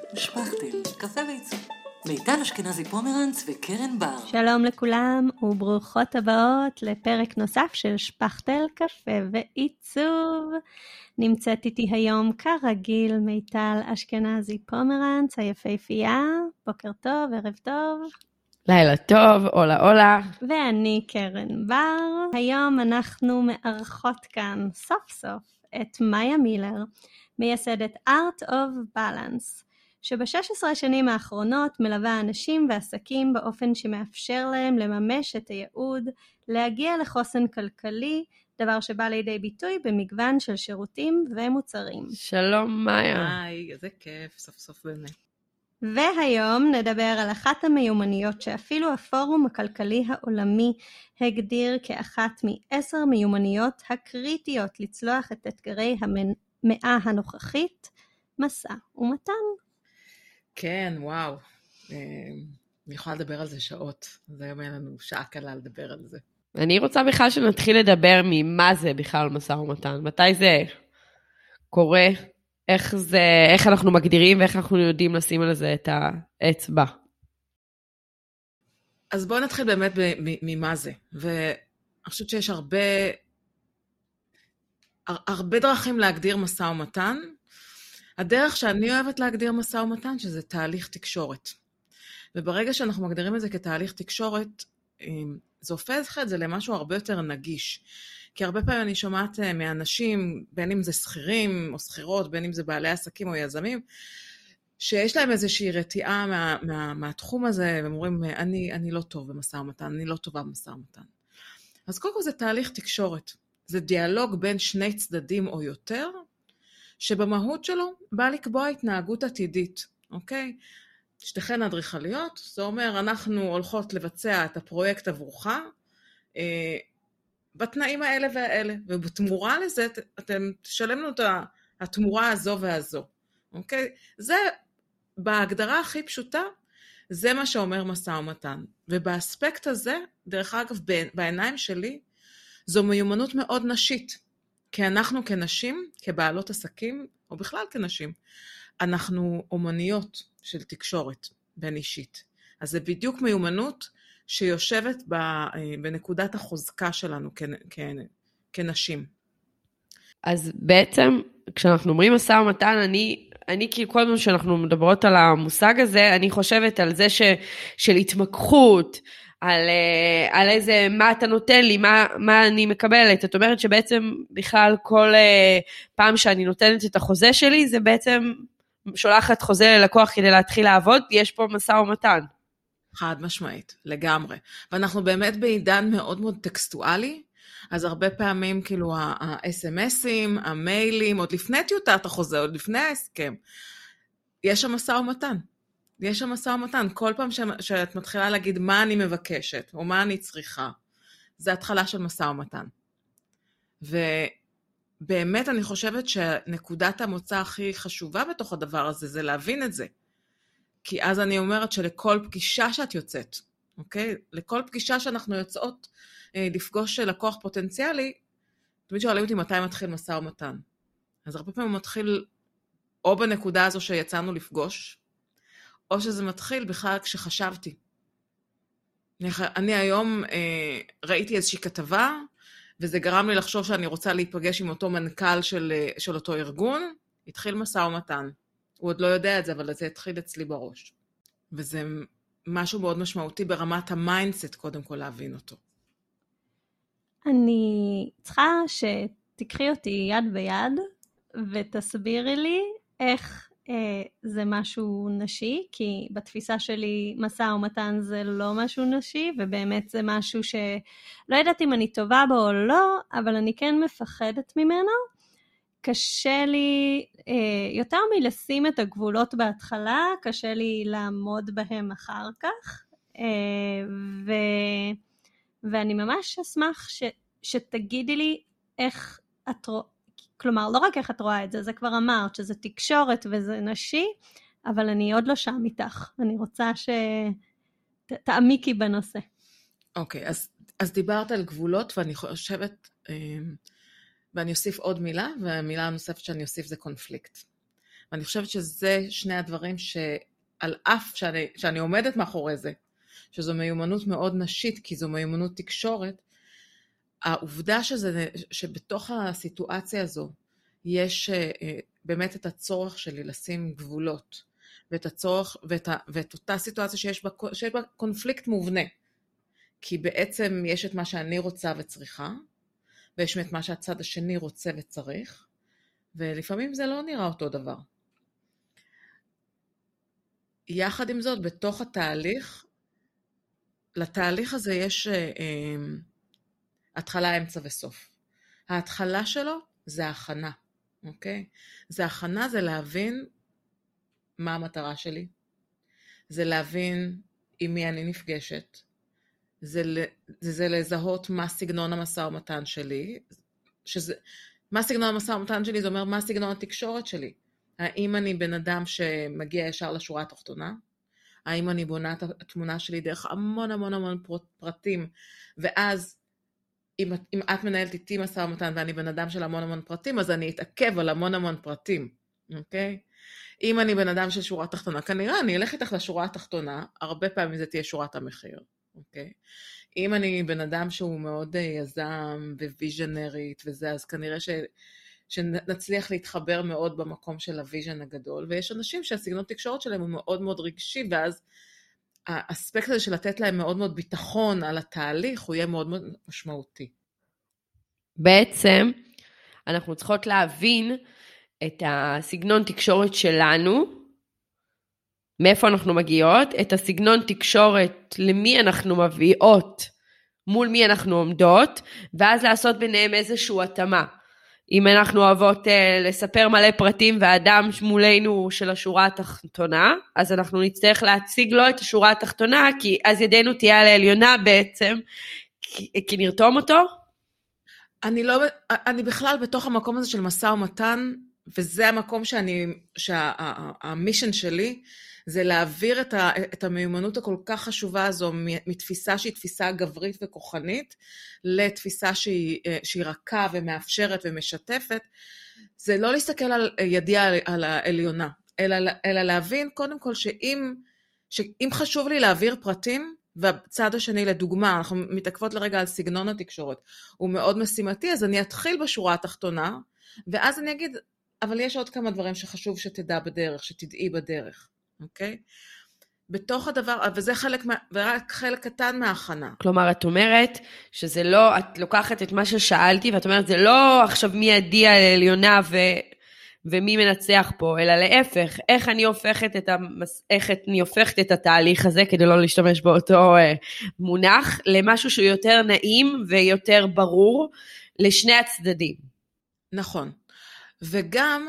שפכטל, קפה ועיצוב. מיטל אשכנזי פומרנץ וקרן בר. שלום לכולם וברוכות הבאות לפרק נוסף של שפכטל, קפה ועיצוב. נמצאת איתי היום כרגיל מיטל אשכנזי פומרנץ היפהפייה. בוקר טוב, ערב טוב. לילה טוב, אולה. ואני קרן בר. היום אנחנו מארחות כאן סוף סוף את מאיה מילר, מייסדת Art of Balance, שב-16 השנים האחרונות מלווה אנשים ועסקים באופן שמאפשר להם לממש את הייעוד, להגיע לחוסן כלכלי, דבר שבא לידי ביטוי במגוון של שירותים ומוצרים. שלום מאיה. היי, איזה כיף, סוף סוף באמת. והיום נדבר על אחת המיומנויות שאפילו הפורום הכלכלי העולמי הגדיר כאחת מ10 מיומנויות הקריטיות לצלוח את אתגרי המאה הנוכחית, משא ומתן. כן, וואו. אני יכולה לדבר על זה שעות. אז היום היה לנו שעה קלה לדבר על זה. אני רוצה בכלל שנתחיל לדבר ממה זה בכלל משא ומתן. מתי זה קורה? איך אנחנו מגדירים ואיך אנחנו יודעים לשים על זה את האצבע? אז בואו נתחיל באמת ממה זה. ואני חושבת שיש הרבה דרכים להגדיר משא ומתן. הדרך שאני אוהבת להגדיר משא ומתן, שזה תהליך תקשורת. וברגע שאנחנו מגדירים את זה כתהליך תקשורת, זה הופך את זה למשהו הרבה יותר נגיש. כי הרבה פעמים אני שומעת מאנשים, בין אם זה שכירים או שכירות, בין אם זה בעלי עסקים או יזמים, שיש להם איזושהי רתיעה מהתחום הזה, והם אומרים, אני לא טוב במשא ומתן, אני לא טובה במשא ומתן. אז קודם כל זה תהליך תקשורת. זה דיאלוג בין שני צדדים או יותר, שבמהות שלו בא לקבוע התנהגות עתידית, אוקיי? שתיכן אדריכליות, זה אומר, אנחנו הולכות לבצע את הפרויקט עבורך, בתנאים האלה והאלה, ובתמורה לזה, אתם תשלם לנו את התמורה הזו והזו, אוקיי? זה, בהגדרה הכי פשוטה, זה מה שאומר משא ומתן. ובאספקט הזה, דרך אגב, בעיניים שלי, זו מיומנות מאוד נשית, כי אנחנו כנשים, כבעלות עסקים, או בכלל כנשים, אנחנו אומניות של תקשורת בין אישית. אז זה בדיוק מיומנות שיושבת בנקודת החוזקה שלנו כנשים. אז בעצם, כשאנחנו אומרים משא ומתן, אני כאילו כל הזמן שאנחנו מדברות על המושג הזה, אני חושבת על זה של התמקחות, על איזה, מה אתה נותן לי, מה אני מקבלת. את אומרת שבעצם בכלל כל פעם שאני נותנת את החוזה שלי, זה בעצם שולחת חוזה ללקוח כדי להתחיל לעבוד, יש פה משא ומתן. חד משמעית, לגמרי. ואנחנו באמת בעידן מאוד מאוד טקסטואלי, אז הרבה פעמים כאילו ה-SMSים, המיילים, עוד לפני טיוטת החוזה, עוד לפני ההסכם, יש שם משא ומתן. יש שם משא ומתן. כל פעם שאת מתחילה להגיד מה אני מבקשת, או מה אני צריכה, זה התחלה של משא ומתן. ובאמת אני חושבת שנקודת המוצא הכי חשובה בתוך הדבר הזה, זה להבין את זה. כי אז אני אומרת שלכל פגישה שאת יוצאת, אוקיי? לכל פגישה שאנחנו יוצאות לפגוש לקוח פוטנציאלי, תמיד שואלים אותי מתי מתחיל משא ומתן. אז הרבה פעמים הוא מתחיל או בנקודה הזו שיצאנו לפגוש, או שזה מתחיל בכלל כשחשבתי. אני היום ראיתי איזושהי כתבה, וזה גרם לי לחשוב שאני רוצה להיפגש עם אותו מנכ"ל של אותו ארגון, התחיל משא ומתן. הוא עוד לא יודע את זה, אבל זה התחיל אצלי בראש. וזה משהו מאוד משמעותי ברמת המיינדסט, קודם כל להבין אותו. אני צריכה שתקחי אותי יד ביד, ותסבירי לי איך זה משהו נשי, כי בתפיסה שלי משא ומתן זה לא משהו נשי, ובאמת זה משהו שלא יודעת אם אני טובה בו או לא, אבל אני כן מפחדת ממנו. קשה לי, יותר מלשים את הגבולות בהתחלה, קשה לי לעמוד בהם אחר כך, ואני ממש אשמח שתגידי לי איך את רואה, כלומר, לא רק איך את רואה את זה, זה כבר אמרת שזה תקשורת וזה נשי, אבל אני עוד לא שם איתך. אני רוצה שתעמיקי בנושא. אוקיי, אז דיברת על גבולות, ואני חושבת, ואני אוסיף עוד מילה, והמילה הנוספת שאני אוסיף זה קונפליקט. ואני חושבת שזה שני הדברים שעל אף שאני עומדת מאחורי זה, שזו מיומנות מאוד נשית, כי זו מיומנות תקשורת, העובדה שבתוך הסיטואציה הזו יש באמת את הצורך שלי לשים גבולות, ואת הצורך, ואת אותה סיטואציה שיש בה קונפליקט מובנה, כי בעצם יש את מה שאני רוצה וצריכה, ויש את מה שהצד השני רוצה וצריך, ולפעמים זה לא נראה אותו דבר. יחד עם זאת, בתוך התהליך, לתהליך הזה יש התחלה, אמצע וסוף. ההתחלה שלו זה ההכנה, אוקיי? זה הכנה, זה להבין מה המטרה שלי, זה להבין עם מי אני נפגשת, זה לזהות מה סגנון המשא ומתן שלי, מה סגנון המשא ומתן שלי, זה אומר מה סגנון התקשורת שלי. האם אני בן אדם שמגיע ישר לשורה התחתונה? האם אני בונה את התמונה שלי דרך המון המון המון פרטים, ואז אם את מנהלת איתי משא ומתן ואני בן אדם של המון המון פרטים, אז אני אתעכב על המון המון פרטים, אוקיי? אם אני בן אדם של שורה תחתונה, כנראה אני אלך איתך לשורה התחתונה, הרבה פעמים זה תהיה שורת המחיר, אוקיי? אם אני בן אדם שהוא מאוד יזם וויז'נרית וזה, אז כנראה שנצליח להתחבר מאוד במקום של הוויז'ן הגדול, ויש אנשים שהסגנון תקשורת שלהם הוא מאוד מאוד רגשי, ואז האספקט הזה של לתת להם מאוד מאוד ביטחון על התהליך, הוא יהיה מאוד מאוד משמעותי. בעצם, אנחנו צריכות להבין את הסגנון תקשורת שלנו, מאיפה אנחנו מגיעות, את הסגנון תקשורת למי אנחנו מביאות, מול מי אנחנו עומדות, ואז לעשות ביניהם איזשהו התאמה. אם אנחנו אוהבות לספר מלא פרטים והאדם מולנו של השורה התחתונה, אז אנחנו נצטרך להציג לו את השורה התחתונה, כי אז ידינו תהיה על העליונה בעצם, כי נרתום אותו. אני בכלל בתוך המקום הזה של משא ומתן, וזה המקום שהמישן שלי, זה להעביר את המיומנות הכל כך חשובה הזו, מתפיסה שהיא תפיסה גברית וכוחנית, לתפיסה שהיא רכה ומאפשרת ומשתפת. זה לא להסתכל על ידי על העליונה, אלא להבין קודם כל שאם חשוב לי להעביר פרטים, והצד השני לדוגמה, אנחנו מתעכבות לרגע על סגנון התקשורת, הוא מאוד משימתי, אז אני אתחיל בשורה התחתונה, ואז אני אגיד, אבל יש עוד כמה דברים שחשוב שתדע בדרך, שתדעי בדרך. אוקיי? בתוך הדבר, וזה ורק חלק קטן מההכנה. כלומר, את אומרת שזה לא, את לוקחת את מה ששאלתי, ואת אומרת, זה לא עכשיו מי ידיע לעליונה ומי מנצח פה, אלא להפך, איך אני הופכת את התהליך הזה, כדי לא להשתמש באותו מונח, למשהו שהוא יותר נעים ויותר ברור לשני הצדדים. נכון. וגם,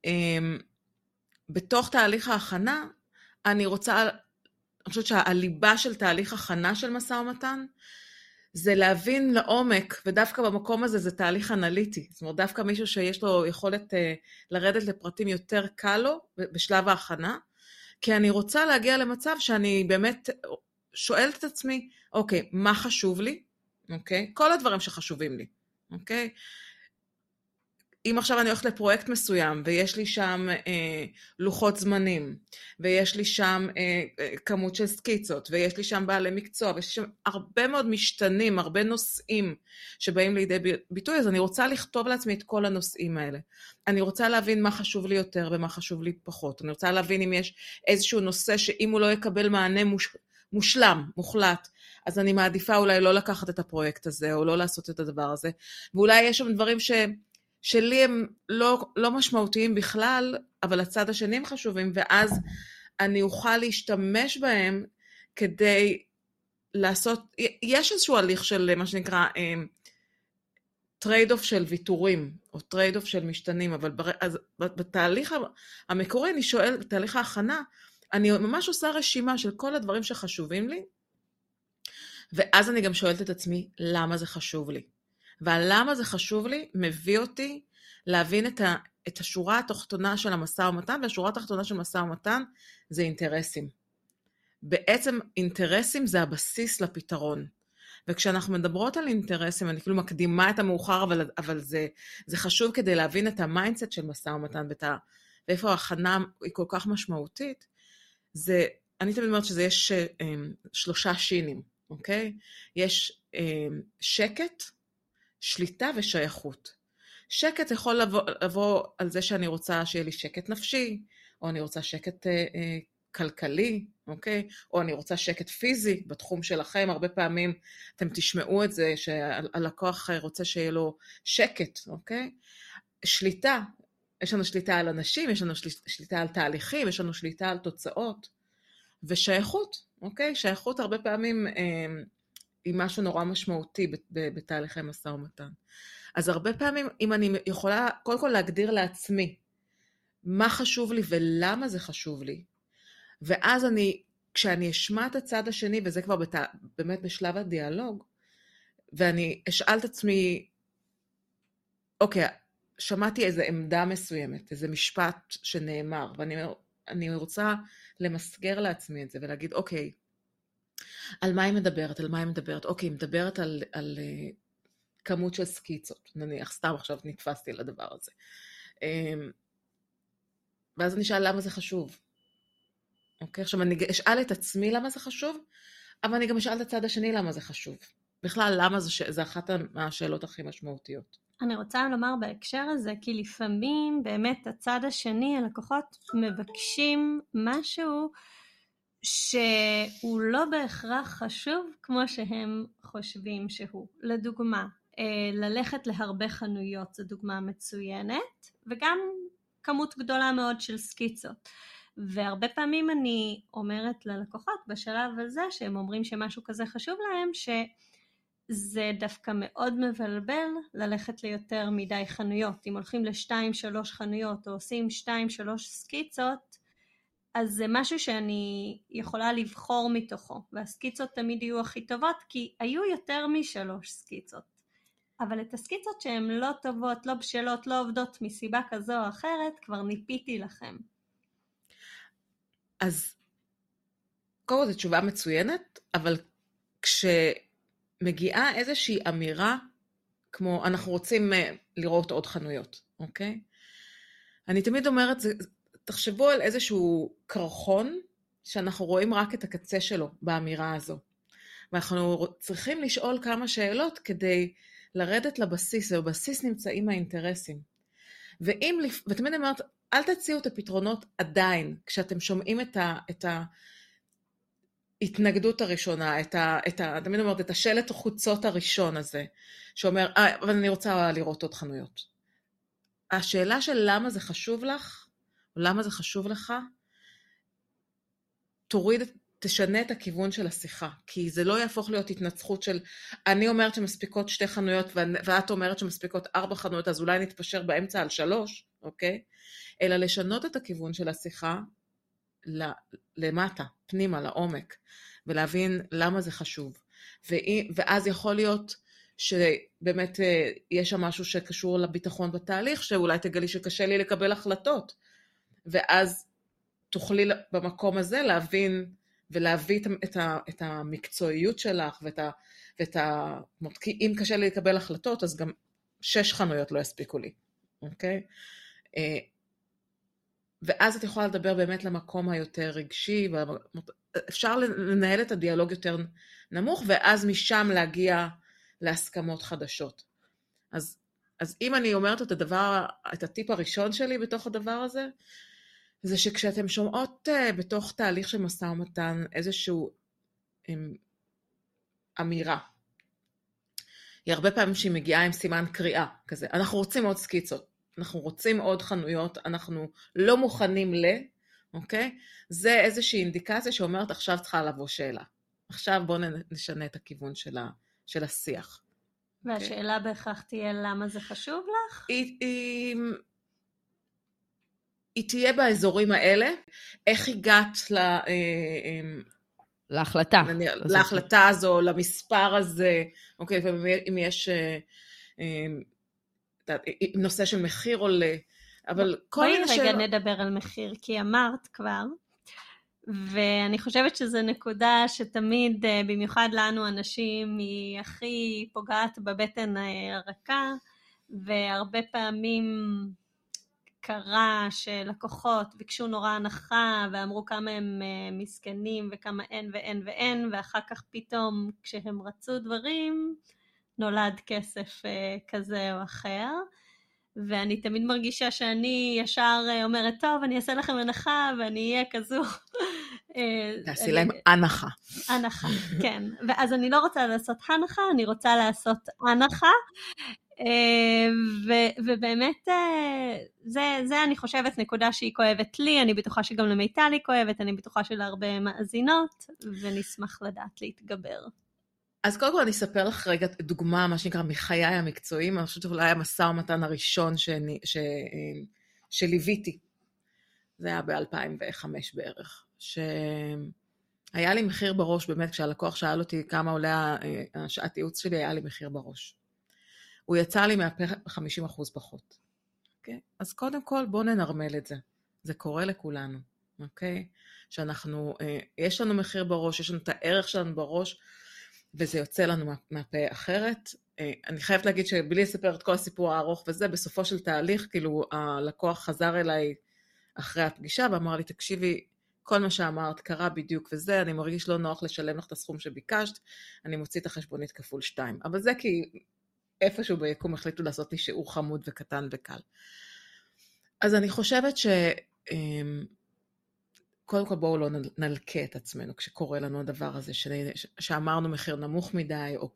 בתוך תהליך ההכנה, אני חושבת שהליבה של תהליך הכנה של משא ומתן, זה להבין לעומק, ודווקא במקום הזה זה תהליך אנליטי, זאת אומרת, דווקא מישהו שיש לו יכולת לרדת לפרטים יותר קל לו, בשלב ההכנה, כי אני רוצה להגיע למצב שאני באמת שואלת את עצמי, אוקיי, מה חשוב לי? אוקיי? כל הדברים שחשובים לי, אוקיי? אם עכשיו אני הולכת לפרויקט מסוים, ויש לי שם לוחות זמנים, ויש לי שם כמות של סקיצות, ויש לי שם בעלי מקצוע, ויש שם הרבה מאוד משתנים, הרבה נושאים שבאים לידי ביטוי, אז אני רוצה לכתוב לעצמי את כל הנושאים האלה. אני רוצה להבין מה חשוב לי יותר ומה חשוב לי פחות. אני רוצה להבין אם יש איזשהו נושא שאם הוא לא יקבל מענה מושלם, מוחלט, אז אני מעדיפה אולי לא לקחת את הפרויקט הזה, או לא לעשות את הדבר הזה. ואולי יש שם דברים שלי הם לא משמעותיים בכלל, אבל הצד השני הם חשובים, ואז אני אוכל להשתמש בהם כדי לעשות, יש איזשהו הליך של מה שנקרא טרייד אוף של ויתורים, או טרייד אוף של משתנים, אבל בתהליך המקורי אני שואל, בתהליך ההכנה, אני ממש עושה רשימה של כל הדברים שחשובים לי, ואז אני גם שואלת את עצמי, למה זה חשוב לי? והלמה זה חשוב לי מביא אותי להבין את השורה התחתונה של המשא ומתן, והשורה התחתונה של משא ומתן זה אינטרסים. בעצם אינטרסים זה הבסיס לפתרון. וכשאנחנו מדברות על אינטרסים, אני כאילו מקדימה את המאוחר, אבל זה חשוב כדי להבין את המיינדסט של משא ומתן, ואיפה ההכנה היא כל כך משמעותית, זה, אני תמיד אומרת שזה יש 3 שינים, אוקיי? יש שקט, שליטה ושייכות. שקט יכול לבוא על זה שאני רוצה שיהיה לי שקט נפשי, או אני רוצה שקט כלכלי, אוקיי? או אני רוצה שקט פיזי בתחום שלכם. הרבה פעמים אתם תשמעו את זה, שהלקוח רוצה שיהיה לו שקט, אוקיי? שליטה, יש לנו שליטה על אנשים, יש לנו שליטה על תהליכים, יש לנו שליטה על תוצאות, ושייכות, אוקיי? שייכות הרבה פעמים היא משהו נורא משמעותי בתהליכי משא ומתן. אז הרבה פעמים, אם אני יכולה קודם כל להגדיר לעצמי מה חשוב לי ולמה זה חשוב לי, ואז כשאני אשמע את הצד השני, וזה כבר באמת בשלב הדיאלוג, ואני אשאל את עצמי, אוקיי, שמעתי איזו עמדה מסוימת, איזה משפט שנאמר, ואני רוצה למסגר לעצמי את זה, ולהגיד, אוקיי, על מה היא מדברת, על מה היא מדברת? אוקיי, היא מדברת על כמות של סקיצות, נניח, סתם עכשיו נתפסתי לדבר הזה. ואז אני אשאל למה זה חשוב. אוקיי, עכשיו אני אשאל את עצמי למה זה חשוב, אבל אני גם אשאל את הצד השני למה זה חשוב. בכלל, למה זה אחת מהשאלות הכי משמעותיות. אני רוצה לומר בהקשר הזה, כי לפעמים באמת הצד השני, הלקוחות מבקשים משהו שהוא לא בהכרח חשוב כמו שהם חושבים שהוא. לדוגמה, ללכת להרבה חנויות זו דוגמה מצוינת, וגם כמות גדולה מאוד של סקיצות. והרבה פעמים אני אומרת ללקוחות בשלב הזה, שהם אומרים שמשהו כזה חשוב להם, שזה דווקא מאוד מבלבל ללכת ליותר מדי חנויות. אם הולכים ל2-3 חנויות, או עושים 2-3 סקיצות, אז זה משהו שאני יכולה לבחור מתוכו, והסקיצות תמיד יהיו הכי טובות, כי היו יותר מ3 סקיצות. אבל את הסקיצות שהן לא טובות, לא בשלות, לא עובדות מסיבה כזו או אחרת, כבר ניפיתי לכם. אז קודם כל זו תשובה מצוינת, אבל כשמגיעה איזושהי אמירה, כמו אנחנו רוצים לראות עוד חנויות, אוקיי? אני תמיד אומרת, תחשבו על איזשהו קרחון, שאנחנו רואים רק את הקצה שלו באמירה הזו. ואנחנו צריכים לשאול כמה שאלות כדי לרדת לבסיס, ובבסיס נמצאים האינטרסים. ותמיד אומרת, אל תציעו את הפתרונות עדיין, כשאתם שומעים את ההתנגדות הראשונה, תמיד אומרת, את השלט החוצות הראשון הזה, שאומר, אבל אני רוצה לראות עוד חנויות. השאלה של למה זה חשוב לך, או למה זה חשוב לך, תשנה את הכיוון של השיחה, כי זה לא יהפוך להיות התנצחות של, אני אומרת שמספיקות 2 חנויות, ואת אומרת שמספיקות 4 חנויות, אז אולי נתפשר באמצע על 3, אוקיי? אלא לשנות את הכיוון של השיחה למטה, פנימה, לעומק, ולהבין למה זה חשוב. ואז יכול להיות שבאמת יש שם משהו שקשור לביטחון בתהליך, שאולי תגלי שקשה לי לקבל החלטות, ואז תוכלי במקום הזה להבין ולהביא את המקצועיות שלך, אם קשה לי לקבל החלטות, אז גם 6 חנויות לא יספיקו לי, אוקיי? ואז את יכולה לדבר באמת למקום היותר רגשי, אפשר לנהל את הדיאלוג יותר נמוך, ואז משם להגיע להסכמות חדשות. אז אם אני אומרת את הטיפ הראשון שלי בתוך הדבר הזה, זה שכשאתם שומעות בתוך תהליך של משא ומתן איזשהו אמירה, היא הרבה פעמים שהיא מגיעה עם סימן קריאה כזה, אנחנו רוצים עוד סקיצות, אנחנו רוצים עוד חנויות, אנחנו לא מוכנים אוקיי? זה איזושהי אינדיקציה שאומרת עכשיו צריכה לבוא שאלה. עכשיו בואו נשנה את הכיוון של השיח. והשאלה בהכרח תהיה למה זה חשוב לך? היא תהיה באזורים האלה, איך הגעת להחלטה הזו, למספר הזה, אוקיי, ואם יש נושא של מחיר עולה, אבל כל מיני בואי רגע נדבר על מחיר, כי אמרת כבר, ואני חושבת שזו נקודה שתמיד, במיוחד לנו אנשים, היא הכי פוגעת בבטן הרכה, והרבה פעמים קרה שלקוחות ביקשו נורא הנחה, ואמרו כמה הם מסכנים, וכמה אין ואין ואין, ואחר כך פתאום כשהם רצו דברים, נולד כסף כזה או אחר. ואני תמיד מרגישה שאני ישר אומרת, טוב, אני אעשה לכם הנחה, ואני אהיה כזו. תעשי להם הנחה. הנחה, כן. ואז אני לא רוצה לעשות הנחה, אני רוצה לעשות הנחה. ובאמת, זה אני חושבת נקודה שהיא כואבת לי, אני בטוחה שגם למיטל היא כואבת, אני בטוחה שלהרבה מאזינות, ונשמח לדעת להתגבר. אז קודם כל אני אספר לך רגע דוגמה, מה שנקרא, מחיי המקצועיים, אני חושבת שאולי המשא ומתן הראשון שליוויתי, זה היה ב-2005 בערך, שהיה לי מחיר בראש, באמת כשהלקוח שאל אותי כמה עולה השעת ייעוץ שלי, היה לי מחיר בראש. הוא יצא לי 50% פחות. Okay? אז קודם כל בואו ננרמל את זה, זה קורה לכולנו, אוקיי? שאנחנו, יש לנו מחיר בראש, יש לנו את הערך שלנו בראש, וזה יוצא לנו מהפה אחרת. אני חייבת להגיד שבלי לספר את כל הסיפור הארוך וזה, בסופו של תהליך, כאילו הלקוח חזר אליי אחרי הפגישה, ואמר לי, תקשיבי, כל מה שאמרת קרה בדיוק וזה, אני מרגיש לא נוח לשלם לך את הסכום שביקשת, אני מוציא את החשבונית כפול 2. אבל זה כי איפשהו ביקום החליטו לעשות לי שיעור חמוד וקטן וקל. אז אני חושבת קודם כל בואו לא נלקה את עצמנו כשקורה לנו הדבר הזה, שאמרנו מחיר נמוך מדי, או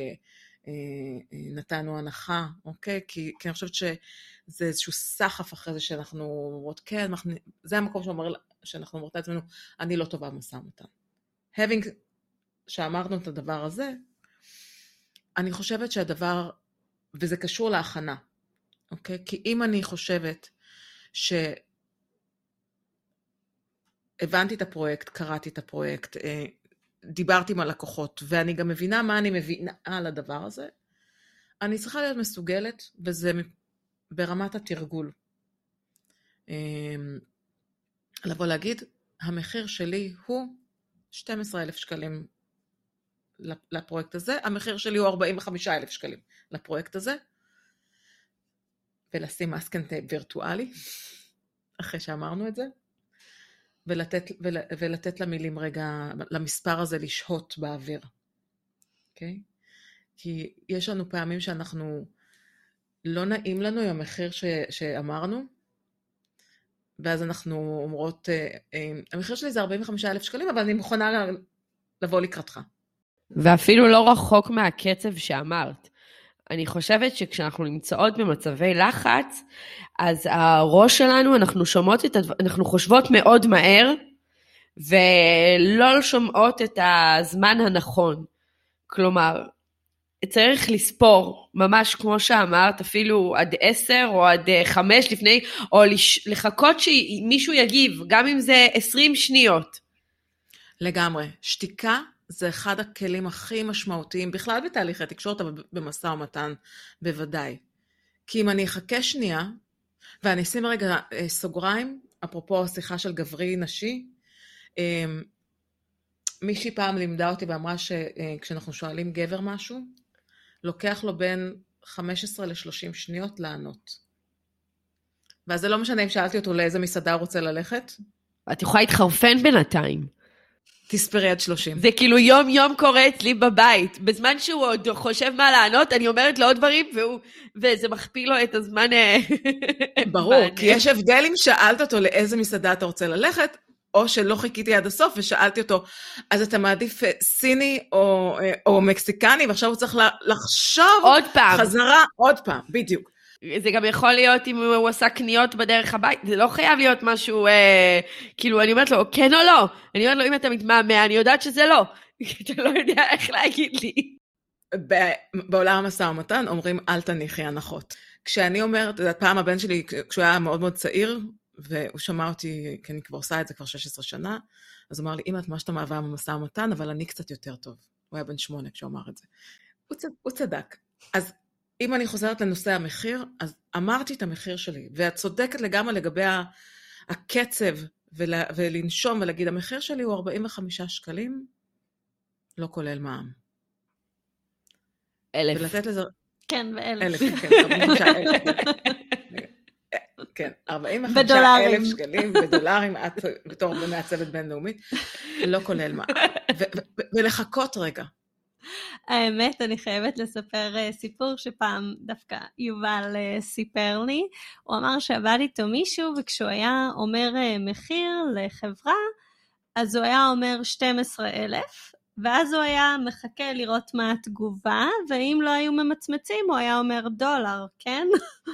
כשנתנו הנחה, אוקיי? כי אני חושבת שזה איזשהו סחף אחרי זה שאנחנו אומרות, כן, זה המקום שאנחנו אומרות לעצמנו, אני לא טובה במשא ומתן. having שאמרנו את הדבר הזה, אני חושבת שהדבר, וזה קשור להכנה, אוקיי? כי אם אני חושבת הבנתי את הפרויקט, קראתי את הפרויקט, דיברתי עם הלקוחות, ואני גם מבינה מה אני מבינה על הדבר הזה, אני צריכה להיות מסוגלת, וזה ברמת התרגול. לבוא להגיד, המחיר שלי הוא 12,000 שקלים לפרויקט הזה, המחיר שלי הוא 45,000 שקלים לפרויקט הזה, ולשים מסקן טייפ וירטואלי, אחרי שאמרנו את זה, ולתת למילים רגע, למספר הזה לשהות באוויר. אוקיי? כי יש לנו פעמים שאנחנו, לא נעים לנו עם המחיר שאמרנו, ואז אנחנו אומרות, המחיר שלי זה 45,000 שקלים, אבל אני מוכנה לבוא לקראתך. ואפילו לא רחוק מהקצב שאמרת. אני חושבת שכשאנחנו נמצאות במצבי לחץ, אז הראש שלנו, אנחנו חושבות מאוד מהר, ולא שומעות את הזמן הנכון. כלומר, צריך לספור, ממש כמו שאמרת, אפילו עד 10 או עד 5 לפני, או לחכות שמישהו יגיב, גם אם זה 20 שניות. לגמרי. שתיקה זה אחד הכלים הכי משמעותיים, בכלל בתהליכי תקשורת, אבל במשא ומתן בוודאי. כי אם אני אחכה שנייה, ואני אשים רגע סוגריים, אפרופו השיחה של גברי נשי, מישהי פעם לימדה אותי ואמרה שכשאנחנו שואלים גבר משהו, לוקח לו בין 15 ל-30 שניות לענות. ואז זה לא משנה אם שאלתי אותו לאיזה מסעדה הוא רוצה ללכת. את יכולה להתחרפן בינתיים. תספרי עד 30. זה כאילו יום יום קורה אצלי בבית. בזמן שהוא עוד חושב מה לענות, אני אומרת לו עוד דברים, וזה מכפיל לו את הזמן. ברור, כי יש הבדל אם שאלת אותו לאיזה מסעדה אתה רוצה ללכת, או שלא חיכיתי עד הסוף ושאלתי אותו, אז אתה מעדיף סיני או מקסיקני, ועכשיו הוא צריך לחשוב עוד פעם. חזרה עוד פעם, בדיוק. זה גם יכול להיות אם הוא עשה קניות בדרך הבית, זה לא חייב להיות משהו, כאילו אני אומרת לו, כן או לא? אני אומרת לו, אם אתה מתמהמה, אני יודעת שזה לא. אתה לא יודע איך להגיד לי. בעולם המשא ומתן אומרים, אל תניחי הנחות. כשאני אומרת, פעם הבן שלי, כשהוא היה מאוד מאוד צעיר, והוא שמע אותי, כי אני כבר עושה את זה כבר 16 שנה, אז הוא אמר לי, אמא, את ממש תמהווה במשא ומתן, אבל אני קצת יותר טוב. הוא היה בן 8 כשהוא אמר את זה. הוא צדק. אז אם אני חוזרת לנושא המחיר, אז אמרתי את המחיר שלי, ואת צודקת לגמרי לגבי הקצב, ולנשום ולהגיד, המחיר שלי הוא 45 שקלים, לא כולל מע"מ. 1,000. ולתת לזה... כן, ו1,000. 1,000, כן, 45,000. כן, 45,000 שקלים בדולרים, את בתור מעצבת בינלאומית, לא כולל מה. ולחכות רגע. האמת, אני חייבת לספר סיפור שפעם דווקא יובל סיפר לי. הוא אמר שעבד איתו מישהו, וכשהוא היה אומר מחיר לחברה, אז הוא היה אומר 12,000, ואז הוא היה מחכה לראות מה התגובה, ואם לא היו ממצמצים, הוא היה אומר דולר, כן?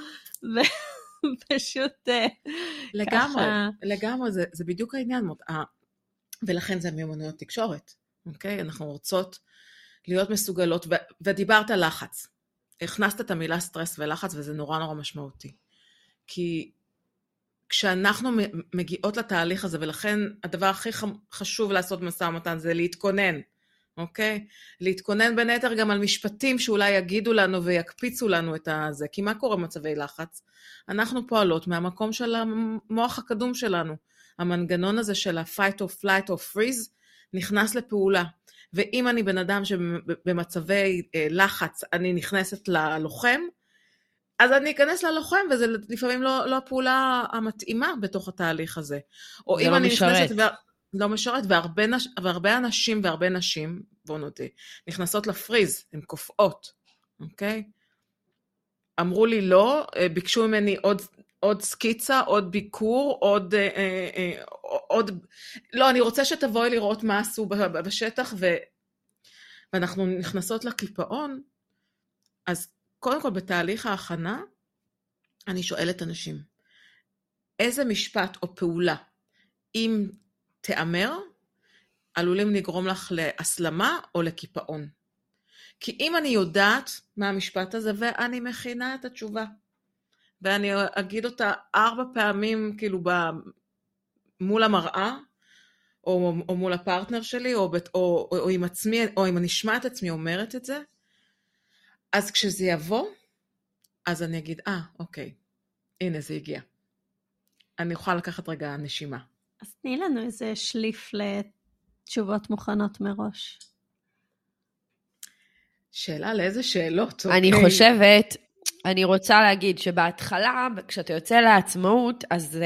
ופשוט לגמרי, לגמרי, זה בדיוק העניין. ולכן זה מיומנויות תקשורת, אוקיי? אנחנו רוצות להיות מסוגלות, ודיברת על לחץ. הכנסת את המילה סטרס ולחץ, וזה נורא נורא משמעותי. כי כשאנחנו מגיעות לתהליך הזה, ולכן הדבר הכי חשוב לעשות במשא ומתן, זה להתכונן, אוקיי? להתכונן בין היתר גם על משפטים שאולי יגידו לנו ויקפיצו לנו את זה. כי מה קורה במצבי לחץ? אנחנו פועלות מהמקום של המוח הקדום שלנו. המנגנון הזה של ה-fight or flight or freeze נכנס לפעולה. ואם אני בן אדם שבמצבי לחץ אני נכנסת ללוחם, אז אני אכנס ללוחם, וזה לפעמים לא הפעולה המתאימה בתוך התהליך הזה. או אם אני נכנסת לא משרת, והרבה אנשים והרבה נשים, בוא נודה, נכנסות לפריז, הן קופאות, אוקיי? אמרו לי לא, ביקשו ממני עוד סקיצה, עוד ביקור, עוד, לא, אני רוצה שתבואי לראות מה עשו בשטח, ואנחנו נכנסות לקיפאון. אז קודם כל בתהליך ההכנה, אני שואלת אנשים, איזה משפט או פעולה, אם תאמר, עלולים לגרום לך להסלמה או לקיפאון. כי אם אני יודעת מה המשפט הזה, ואני מכינה את התשובה, ואני אגיד אותה 4 פעמים, כאילו מול המראה, או מול הפרטנר שלי, או עם עצמי, או אם אני אשמע את עצמי אומרת את זה, אז כשזה יבוא, אז אני אגיד, אוקיי, הנה זה הגיע. אני אוכל לקחת רגע נשימה. אז תני לנו איזה שליף לתשובות מוכנות מראש. שאלה לאיזה שאלות? אני חושבת, אני רוצה להגיד שבהתחלה, כשאתה יוצא לעצמאות, אז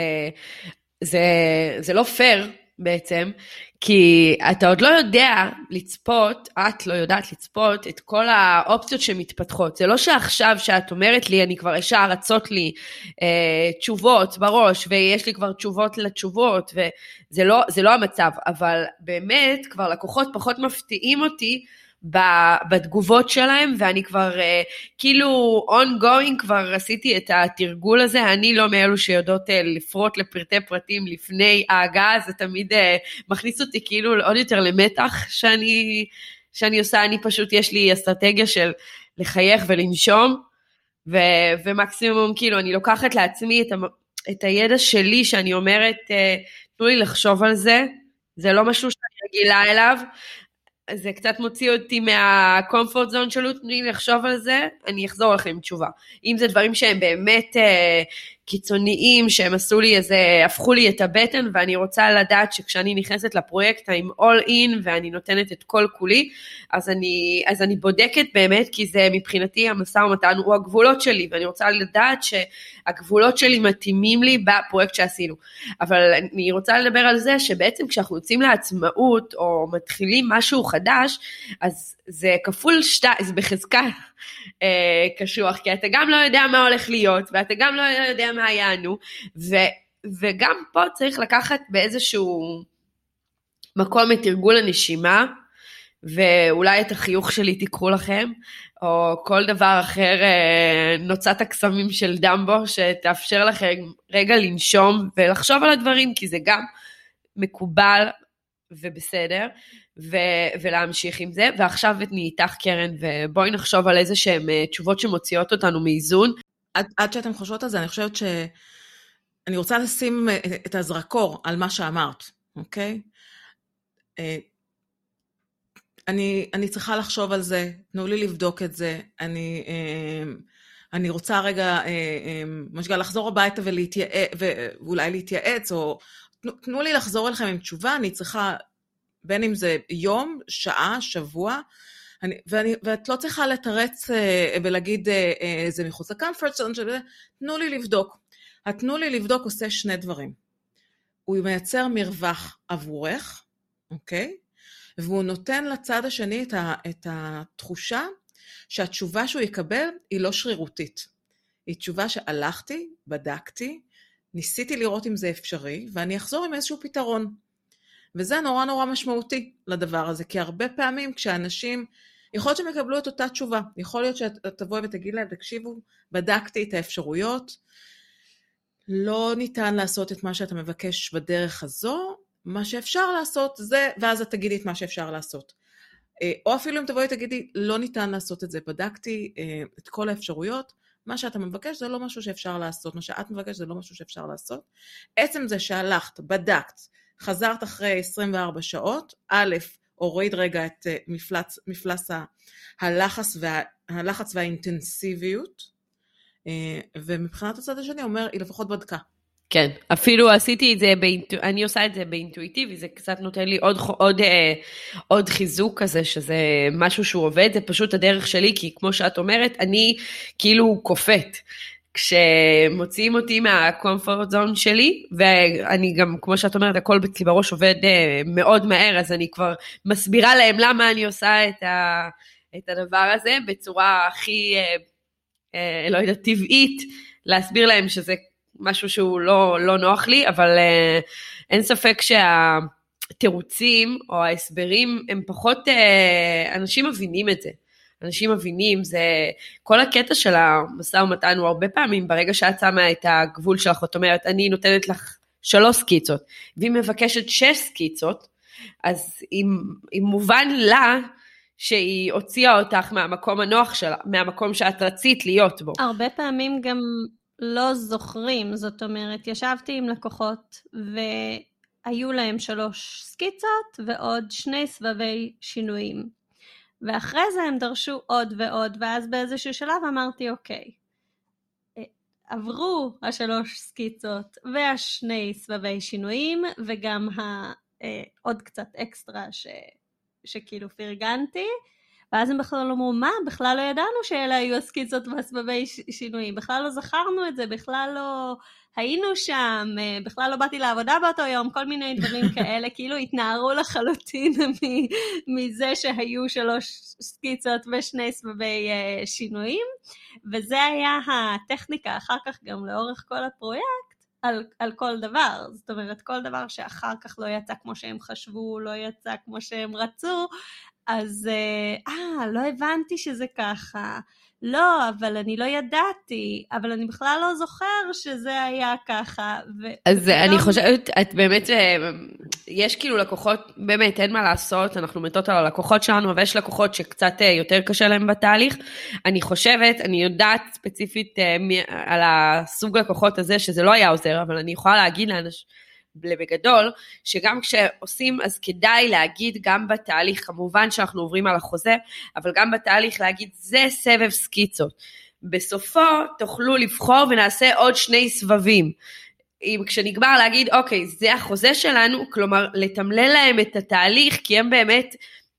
זה לא פייר בעצם, כי אתה עוד לא יודע לצפות, את לא יודעת לצפות את כל האופציות שמתפתחות. זה לא שעכשיו שאת אומרת לי, אני כבר ישר רצות לי תשובות בראש, ויש לי כבר תשובות לתשובות, וזה לא המצב, אבל באמת כבר לקוחות פחות מפתיעים אותי, בתגובות שלהם, ואני כבר כאילו ongoing כבר עשיתי את התרגול הזה. אני לא מאלו שיודעות לפרוט לפרטי פרטים לפני ההגעה, זה תמיד מכניס אותי כאילו עוד יותר למתח שאני עושה. אני פשוט יש לי אסטרטגיה של לחייך ולנשום, ומקסימום כאילו אני לוקחת לעצמי את הידע שלי, שאני אומרת תנו לי לחשוב על זה, זה לא משהו שאני רגילה אליו, זה קצת מוציא אותי מהקומפורט זון שלו, תני לחשוב על זה, אני אחזור לכם עם תשובה. אם זה דברים שהם באמת קיצוניים, שהם עשו לי הפכו לי את הבטן, ואני רוצה לדעת שכשאני נכנסת לפרויקט, עם all in, ואני נותנת את כל כולי, אז אני בודקת באמת, כי זה מבחינתי המשא ומתן הוא הגבולות שלי, ואני רוצה לדעת שהגבולות שלי מתאימים לי בפרויקט שעשינו. אבל אני רוצה לדבר על זה, שבעצם כשאנחנו יוצאים לעצמאות, או מתחילים משהו חדש, אז זה כפול 2, זה בחזקה קשוח, כי אתה גם לא יודע מה הולך להיות, ואתה גם לא יודע מה יענו, וגם פה צריך לקחת באיזשהו מקום את תרגול הנשימה, ואולי את החיוך שלי תיקחו לכם, או כל דבר אחר, נוצת הקסמים של דמבו, שתאפשר לכם רגע לנשום, ולחשוב על הדברים, כי זה גם מקובל ובסדר, ולהמשיך עם זה. ועכשיו אני איתך קרן, ובואי נחשוב על איזה שהן תשובות שמוציאות אותנו מאיזון. עד שאתם חושבות על זה, אני חושבת שאני רוצה לשים את הזרקור על מה שאמרת, אוקיי? אני צריכה לחשוב על זה, תנו לי לבדוק את זה, אני רוצה רגע, משגע לחזור הביתה ואולי להתייעץ, או תנו לי לחזור אליכם עם תשובה, אני צריכה, בין אם זה יום, שעה, שבוע, ואת לא צריכה לתרץ ולהגיד, זה מחוץ לקמפורט, תנו לי לבדוק. התנו לי לבדוק עושה שני דברים. הוא מייצר מרווח עבורך, אוקיי? והוא נותן לצד השני את התחושה שהתשובה שהוא יקבל היא לא שרירותית. היא תשובה שהלכתי, בדקתי, ניסיתי לראות אם זה אפשרי, ואני אחזור עם איזשהו פתרון. וזה נורא נורא משמעותי לדבר הזה, כי הרבה פעמים כשאנשים, יכול להיות שהם יקבלו את אותה תשובה, יכול להיות שתבואי ותגיד להם, תקשיבו, בדקתי את האפשרויות, לא ניתן לעשות את מה שאתה מבקש בדרך הזו, מה שאפשר לעשות זה, ואז את תגידי את מה שאפשר לעשות. או אפילו אם תבואי תגידי, לא ניתן לעשות את זה, בדקתי את כל האפשרויות, מה שאתה מבקש זה לא משהו שאפשר לעשות, מה שאת מבקש זה לא משהו שאפשר לעשות. עצם זה שהלכת, בדקת, חזרת אחרי 24 שעות, א', הוריד רגע את מפלס הלחץ והאינטנסיביות, ומבחינת הצד השני אומר, היא לפחות בדקה. כן, אפילו עשיתי את זה, אני עושה את זה באינטואיטיבי, זה קצת נותן לי עוד חיזוק כזה, שזה משהו שהוא עובד, זה פשוט הדרך שלי, כי כמו שאת אומרת, אני כאילו קופאת, כשמוציאים אותי מהקומפורט זון שלי, ואני גם, כמו שאת אומרת, הכל אצלי בראש עובד מאוד מהר, אז אני כבר מסבירה להם למה אני עושה את הדבר הזה, בצורה הכי, לא יודעת, טבעית, להסביר להם שזה משהו שהוא לא נוח לי, אבל אין ספק שהתירוצים או ההסברים הם פחות, אנשים מבינים את זה. אנשים מבינים, זה כל הקטע של המשא ומתן הוא הרבה פעמים, ברגע שאת שמה את הגבול שלך, את אומרת, אני נותנת לך 3 סקיצות, והיא מבקשת 6 סקיצות, אז אם מובן לה, שהיא הוציאה אותך מהמקום הנוח שלה, מהמקום שאת רצית להיות בו. הרבה פעמים גם לא זוכרים, זאת אומרת, ישבתי עם לקוחות והיו להם 3 סקיצות ועוד 2 סבבי שינויים. ואחרי זה הם דרשו עוד ועוד, ואז באיזשהו שלב אמרתי, אוקיי, עברו 3 סקיצות וה2 סבבי שינויים, וגם עוד קצת אקסטרה שכאילו פרגנתי, ואז הם בכלל אמרו, מה? בכלל לא ידענו שאלה היו הסקיצות והסבבי שינויים, בכלל לא זכרנו את זה, בכלל לא היינו שם, בכלל לא באתי לעבודה באותו יום, כל מיני דברים כאלה, כאילו התנערו לחלוטין מזה שהיו 3 סקיצות ו2 סבבי שינויים, וזה היה הטכניקה אחר כך גם לאורך כל הפרויקט, על כל דבר, זאת אומרת, כל דבר שאחר כך לא יצא כמו שהם חשבו, לא יצא כמו שהם רצו, אז, לא הבנתי שזה ככה, לא, אבל אני לא ידעתי, אבל אני בכלל לא זוכר שזה היה ככה. אז אני חושבת, את באמת, יש כאילו לקוחות, באמת אין מה לעשות, אנחנו מתות על הלקוחות שלנו, אבל יש לקוחות שקצת יותר קשה להם בתהליך. אני חושבת, אני יודעת ספציפית על הסוג לקוחות הזה, שזה לא היה עוזר, אבל אני יכולה להגיד לאנשים, בגדול, שגם כשעושים, אז כדאי להגיד גם בתהליך, כמובן שאנחנו עוברים על החוזה, אבל גם בתהליך להגיד, זה סבב סקיצות. בסופו תוכלו לבחור ונעשה עוד 2 סבבים. כשנגמר להגיד, אוקיי, זה החוזה שלנו, כלומר, לתמלל להם את התהליך, כי הם באמת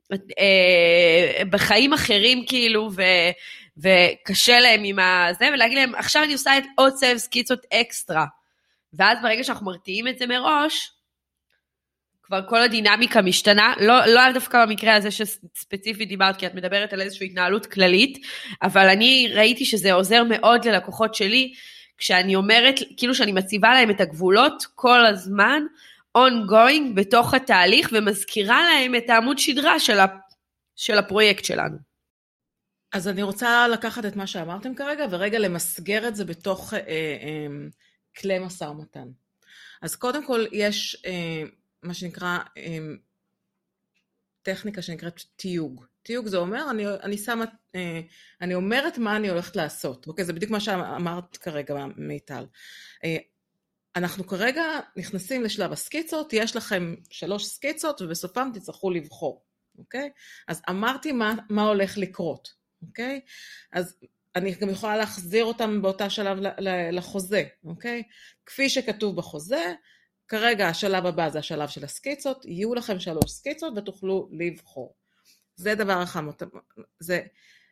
בחיים אחרים כאילו, וקשה להם עם זה, ולהגיד להם, עכשיו אני עושה עוד סבב סקיצות אקסטרה. ואז ברגע שאנחנו מרתיעים את זה מראש, כבר כל הדינמיקה משתנה, לא דווקא במקרה הזה שספציפית דיברת, כי את מדברת על איזושהי התנהלות כללית, אבל אני ראיתי שזה עוזר מאוד ללקוחות שלי, כשאני אומרת, כאילו שאני מציבה להם את הגבולות כל הזמן, ongoing בתוך התהליך, ומזכירה להם את העמוד שדרה של הפרויקט שלנו. אז אני רוצה לקחת את מה שאמרתם כרגע, ורגע למסגר את זה בתוך כלי משא ומתן. אז קודם כל יש מה שנקרא טכניקה שנקראת תיוג. תיוג זה אומר, אני אומרת מה אני הולכת לעשות. אוקיי, זה בדיוק מה שאמרת כרגע, מיטל. אנחנו כרגע נכנסים לשלב הסקיצות, יש לכם 3 סקיצות, ובסופם תצטרכו לבחור. אוקיי? אז אמרתי מה הולך לקרות. אוקיי? אז אני גם יכולה להחזיר אותם באותה שלב לחוזה. אוקיי? כפי שכתוב בחוזה, כרגע השלב הבא זה השלב של הסקיצות, יהיו לכם 3 סקיצות ותוכלו לבחור. זה דבר אחד, זה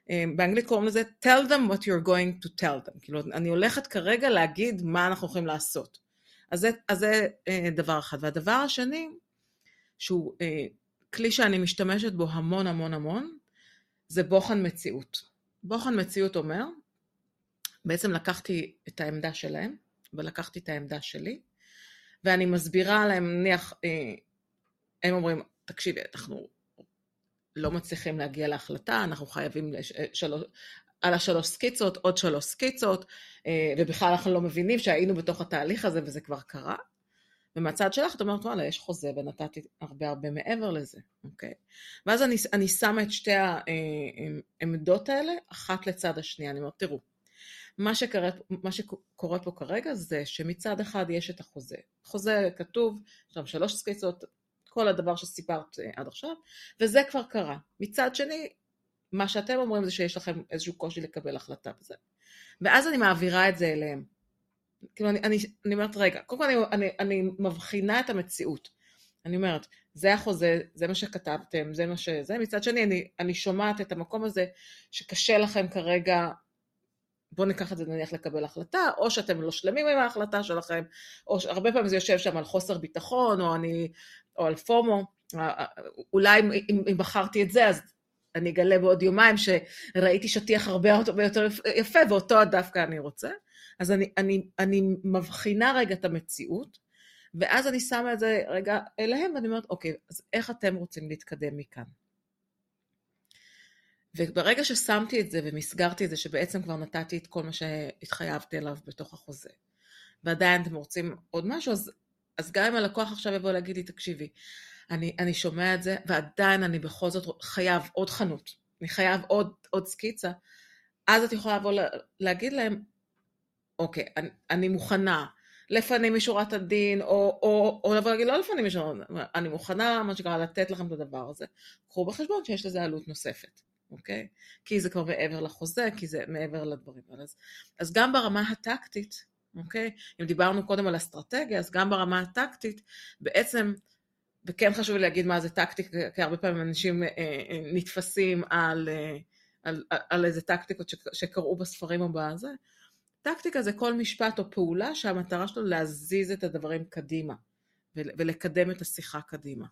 באנגלית קוראים לזה, tell them what you're going to tell them. כאילו, אני הולכת כרגע להגיד מה אנחנו יכולים לעשות. אז זה דבר אחד. והדבר השני, שהוא כלי שאני משתמשת בו המון המון המון, זה בוחן מציאות. בוחן מציאות אומר, בעצם לקחתי את העמדה שלהם, ולקחתי את העמדה שלי, ואני מסבירה להם, נניח, הם אומרים, תקשיבי, אנחנו לא מצליחים להגיע להחלטה, אנחנו חייבים על 3 סקיצות, עוד 3 סקיצות, ובכלל אנחנו לא מבינים שהיינו בתוך התהליך הזה, וזה כבר קרה. ומהצד שלך, את אומרת, וואלה, יש חוזה, ונתתי הרבה מעבר לזה, אוקיי? ואז אני שמה את שתי העמדות האלה, אחת לצד השנייה, אני אומרת, תראו, מה שקורה פה כרגע זה שמצד אחד יש את החוזה. חוזה כתוב, יש שם 3 סקיצות, כל הדבר שסיפרת עד עכשיו, וזה כבר קרה. מצד שני, מה שאתם אומרים זה שיש לכם איזשהו קושי לקבל החלטה בזה. ואז אני מעבירה את זה אליהם. כאילו אני אומרת, רגע, קודם כל אני מבחינה את המציאות. אני אומרת, זה החוזה, זה מה שכתבתם, זה מה שזה. מצד שני, אני שומעת את המקום הזה שקשה לכם כרגע, בואו ניקח את זה נניח לקבל החלטה, או שאתם לא שלמים עם ההחלטה שלכם, או הרבה פעמים זה יושב שם על חוסר ביטחון, או על פומו, אולי אם בחרתי את זה, אז אני אגלה בעוד יומיים שראיתי שטיח הרבה יותר יפה, ואותו דווקא אני רוצה. אז אני מבחינה רגע את המציאות, ואז אני שמה את זה רגע אליהם, ואני אומרת, אוקיי, אז איך אתם רוצים להתקדם מכאן? וברגע ששמתי את זה ומסגרתי את זה, שבעצם כבר נתתי את כל מה שהתחייבתי אליו בתוך החוזה, ועדיין אתם רוצים עוד משהו, אז גם אם הלקוח עכשיו יבוא להגיד לי, תקשיבי, אני שומע את זה, ועדיין אני בכל זאת חייב עוד חנות, אני חייב עוד סקיצה, אז את יכולה לבוא להגיד להם, אוקיי, אני מוכנה לפנים משורת הדין, או לבוא להגיד, לא לפנים משורת הדין, אני מוכנה, מה שקרה, לתת לכם את הדבר הזה. קחו בחשבון שיש לזה עלות נוספת, אוקיי? כי זה כבר מעבר לחוזה, כי זה מעבר לדברים האלה. אז גם ברמה הטקטית, אוקיי? אם דיברנו קודם על אסטרטגיה, אז גם ברמה הטקטית, בעצם, וכן חשוב לי להגיד מה זה טקטיקה, כי הרבה פעמים אנשים נתפסים על איזה טקטיקות שקראו בספרים או בזה, טקטיקה זה כל משפט או פעולה שהמטרה שלו להזיז את הדברים קדימה, ולקדם את השיחה קדימה.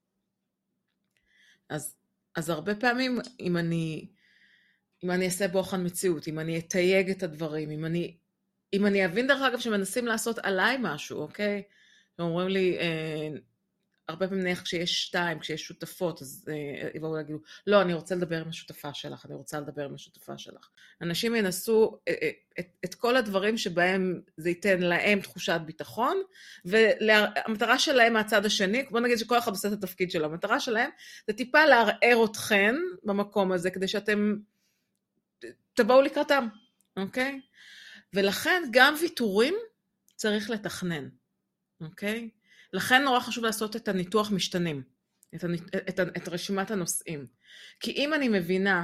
אז הרבה פעמים, אם אני אעשה בוחן מציאות, אם אני אתייג את הדברים, אם אני אבין דרך אגב שמנסים לעשות עליי משהו, אוקיי? ואומרים לי, הרבה פעמים נניח כשיש 2, כשיש שותפות, אז יבואו להגידו, לא, אני רוצה לדבר עם השותפה שלך, אני רוצה לדבר עם השותפה שלך. אנשים ינסו את כל הדברים שבהם זה ייתן להם תחושת ביטחון, והמטרה שלהם מהצד השני, בוא נגיד שכל אחד עושה את התפקיד שלו, המטרה שלהם זה טיפה לערער אתכן במקום הזה, כדי שאתם תבואו לקראתם, אוקיי? ולכן גם ויתורים צריך לתכנן, אוקיי? לכן נורא חשוב לעשות את הניתוח משתנים, את רשימת הנושאים. כי אם אני מבינה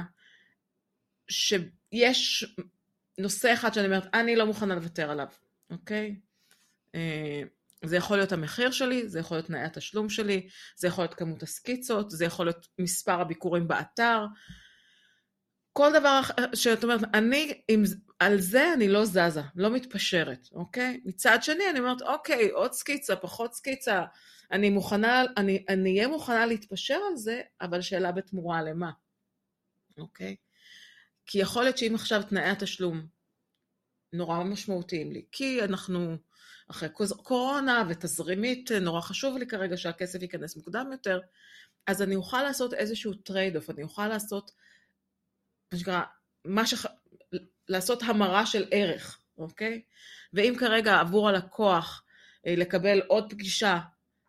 שיש נושא אחד שאני אומרת, אני לא מוכנה לוותר עליו, אוקיי? זה יכול להיות המחיר שלי, זה יכול להיות תנאי התשלום שלי, זה יכול להיות כמות הסקיצות, זה יכול להיות מספר הביקורים באתר, כל דבר שאת אומרת, על זה אני לא זזה, לא מתפשרת, אוקיי? מצד שני אני אומרת, אוקיי, עוד סקיצה, פחות סקיצה, אני אהיה מוכנה להתפשר על זה, אבל שאלה בתמורה למה, אוקיי? כי יכול להיות שאם עכשיו תנאי התשלום נורא משמעותיים לי, כי אנחנו אחרי קורונה ותזרימית, נורא חשוב לי כרגע שהכסף ייכנס מוקדם יותר, אז אני אוכל לעשות איזשהו טרייד-אוף, אני אוכל לעשות לעשות המרה של ערך, אוקיי? ואם כרגע עבור הלקוח לקבל עוד פגישה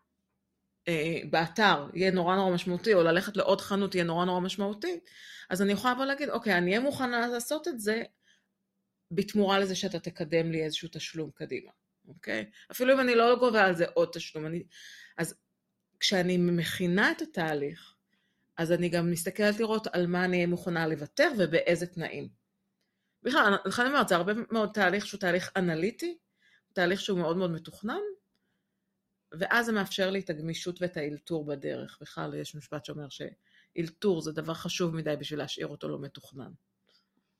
באתר יהיה נורא נורא משמעותי, או ללכת לעוד חנות יהיה נורא נורא משמעותי, אז אני יכולה להגיד, אוקיי, אני אהיה מוכנה לעשות את זה, בתמורה לזה שאתה תקדם לי איזשהו תשלום קדימה, אוקיי? אפילו אם אני לא גובה על זה עוד תשלום, אז כשאני מכינה את התהליך, אז אני גם מסתכלת לראות על מה אני אהיה מוכנה לוותר ובאיזה תנאים. בכלל, לכן אני אומרת, זה הרבה מאוד תהליך שהוא תהליך אנליטי, תהליך שהוא מאוד מאוד מתוכנן, ואז זה מאפשר לי את הגמישות ואת האילתור בדרך. בכלל, יש משפט שאומר שאילתור זה דבר חשוב מדי בשביל להשאיר אותו לא מתוכנן.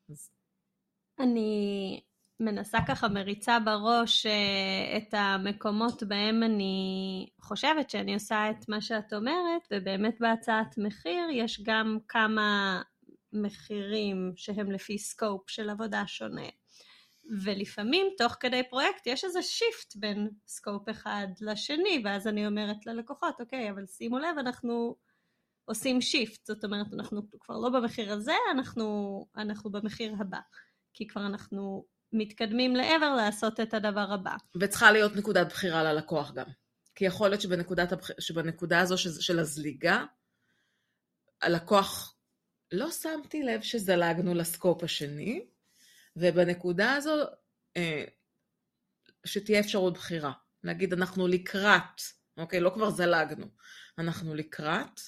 אז... אני מנסה ככה מריצה בראש את המקומות בהם אני חושבת שאני עושה את מה שאת אומרת, ובאמת בהצעת מחיר יש גם כמה מחירים שהם לפי סקופ של עבודה שונה. ולפעמים תוך כדי פרויקט יש איזה שיפט בין סקופ אחד לשני, ואז אני אומרת ללקוחות, אוקיי, אבל שימו לב, אנחנו עושים שיפט, זאת אומרת, אנחנו כבר לא במחיר הזה, אנחנו במחיר הבא, כי כבר אנחנו מתקדמים לעבר לעשות את הדבר הבא. וצריכה להיות נקודת בחירה ללקוח גם, כי יכול להיות שבנקודה הזו של הזליגה, הלקוח לא שמתי לב שזלגנו לסקופ השני, ובנקודה הזו שתהיה אפשרות בחירה. נגיד אנחנו לקראת, אוקיי, לא כבר זלגנו, אנחנו לקראת,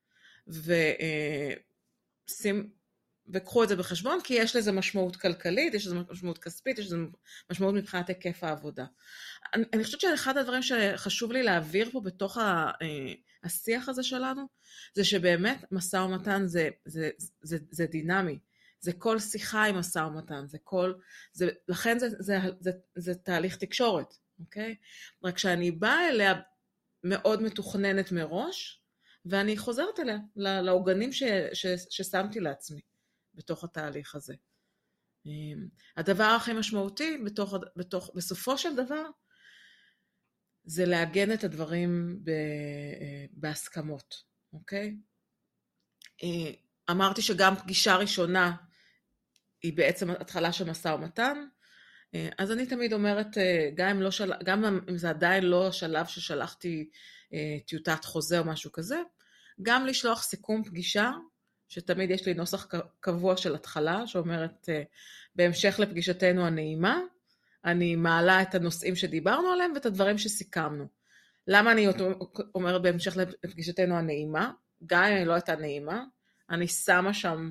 וקחו את זה בחשבון, כי יש לזה משמעות כלכלית, יש לזה משמעות כספית, יש לזה משמעות מבחינת היקף העבודה. אני חושבת שאחד הדברים שחשוב לי להעביר פה בתוך השיח הזה שלנו, זה שבאמת משא ומתן זה דינמי. זה כל שיחה עם משא ומתן, לכן זה תהליך תקשורת, אוקיי? רק שאני באה אליה מאוד מתוכננת מראש, ואני חוזרת אליה, לעוגנים ששמתי לעצמי בתוך התהליך הזה. הדבר הכי משמעותי בסופו של דבר, זה לעגן את הדברים בהסכמות, אוקיי? אמרתי שגם פגישה ראשונה היא בעצם התחלה של משא ומתן, אז אני תמיד אומרת, גם אם זה עדיין לא השלב ששלחתי טיוטת חוזה או משהו כזה, גם לשלוח סיכום פגישה, שתמיד יש לי נוסח קבוע של התחלה, שאומרת, בהמשך לפגישתנו הנעימה, אני מעלה את הנושאים שדיברנו עליהם ואת הדברים שסיכמנו. למה אני אומרת בהמשך לפגישתנו הנעימה? גם אם היא לא הייתה נעימה, אני שמה שם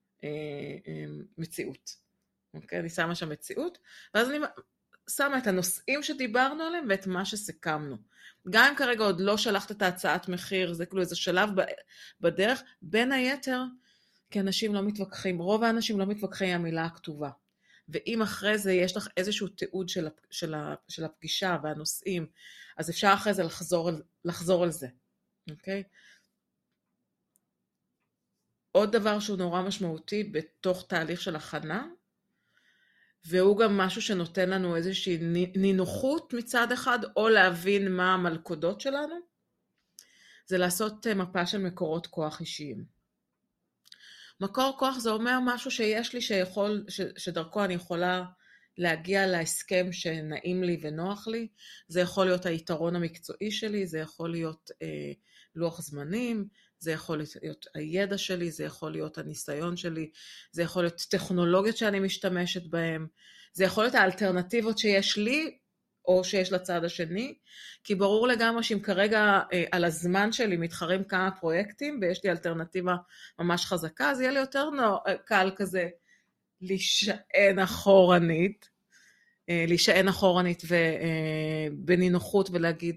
מציאות. אוקיי? אני שמה שם מציאות, ואז אני שמה את הנושאים שדיברנו עליהם ואת מה שסיכמנו. גם אם כרגע עוד לא שלחת את ההצעת מחיר, זה כאילו איזה שלב בדרך, בין היתר, כי אנשים לא מתווכחים, רוב האנשים לא מתווכחים עם המילה הכתובה. ואם אחרי זה יש לך איזשהו תיעוד של הפגישה והנושאים, אז אפשר אחרי זה לחזור על זה. אוקיי? עוד דבר שהוא נורא משמעותי בתוך תהליך של הכנה, והוא גם משהו שנותן לנו איזושהי נינוחות מצד אחד, או להבין מה המלכודות שלנו, זה לעשות מפה של מקורות כוח אישיים. מקור כוח זה אומר משהו שיש לי שדרכו אני יכולה להגיע להסכם שנעים לי ונוח לי, זה יכול להיות היתרון המקצועי שלי, זה יכול להיות לוח זמנים, זה יכול להיות הידע שלי, זה יכול להיות הניסיון שלי, זה יכול להיות טכנולוגיות שאני משתמשת בהן, זה יכול להיות האלטרנטיבות שיש לי, או שיש לצד השני, כי ברור לגמרי שאם כרגע על הזמן שלי מתחרים כמה פרויקטים, ויש לי אלטרנטיבה ממש חזקה, אז יהיה לי יותר קל כזה להישען אחורנית, ובנינוחות ולהגיד,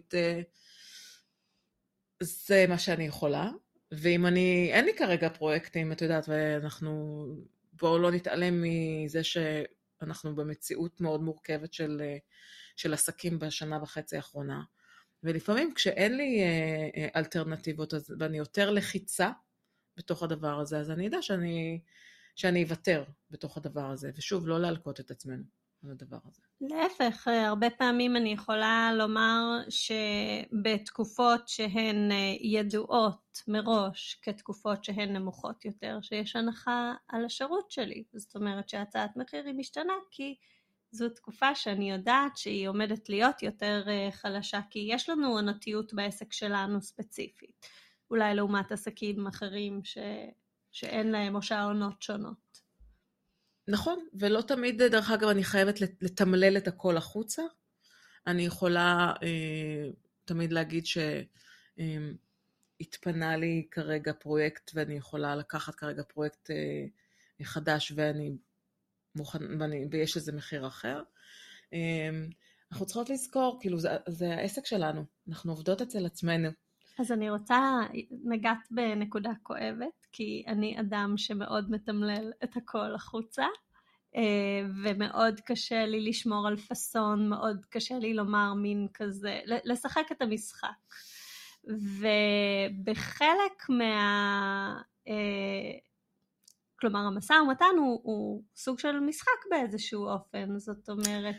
זה מה שאני יכולה, ואם אין לי כרגע פרויקטים, את יודעת, בואו לא נתעלם מזה שאנחנו במציאות מאוד מורכבת של עסקים בשנה וחצי האחרונה, ולפעמים כשאין לי אלטרנטיבות, ואני יותר לחיצה בתוך הדבר הזה, אז אני יודע שאני אוותר בתוך הדבר הזה, ושוב, לא להלקות את עצמנו על הדבר הזה. להפך, הרבה פעמים אני יכולה לומר שבתקופות שהן ידועות מראש כתקופות שהן נמוכות יותר, שיש הנחה על השירות שלי. זאת אומרת שהצעת מחיר היא משתנה, כי זו תקופה שאני יודעת שהיא עומדת להיות יותר חלשה, כי יש לנו עונתיות בעסק שלנו ספציפית. אולי לעומת עסקים אחרים שאין להם או שהעונות שונות. נכון, ולא תמיד, דרך אגב, אני חייבת לתמלל את הכל החוצה. אני יכולה תמיד להגיד שהתפנה לי כרגע פרויקט, ואני יכולה לקחת כרגע פרויקט חדש, ויש לזה מחיר אחר. אנחנו צריכות לזכור, כאילו זה העסק שלנו, אנחנו עובדות אצל עצמנו, אז אני רוצה, נגעת בנקודה כואבת, כי אני אדם שמאוד מתמלל את הכל החוצה, ומאוד קשה לי לשמור על פסון, מאוד קשה לי לומר מין כזה, לשחק את המשחק. ובחלק כלומר, המשא ומתן הוא סוג של משחק באיזשהו אופן, זאת אומרת...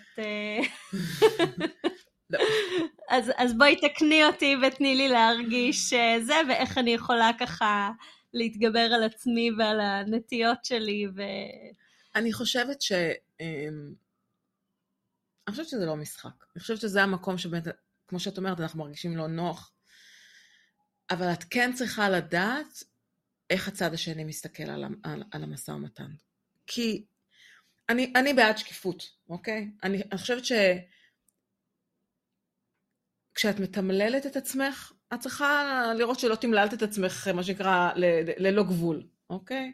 אז בואי תקני אותי ותני לי להרגיש זה, ואיך אני יכולה ככה להתגבר על עצמי ועל הנטיות שלי. אני חושבת אני חושבת שזה לא משחק. אני חושבת שזה המקום שבאמת, כמו שאת אומרת, אנחנו מרגישים לא נוח. אבל את כן צריכה לדעת איך הצד השני מסתכל על המשא ומתן. כי אני בעד שקיפות, אוקיי? אני חושבת כשאת מתמללת את עצמך, את צריכה לראות שלא תמללת את עצמך, מה שנקרא, ללא גבול, אוקיי?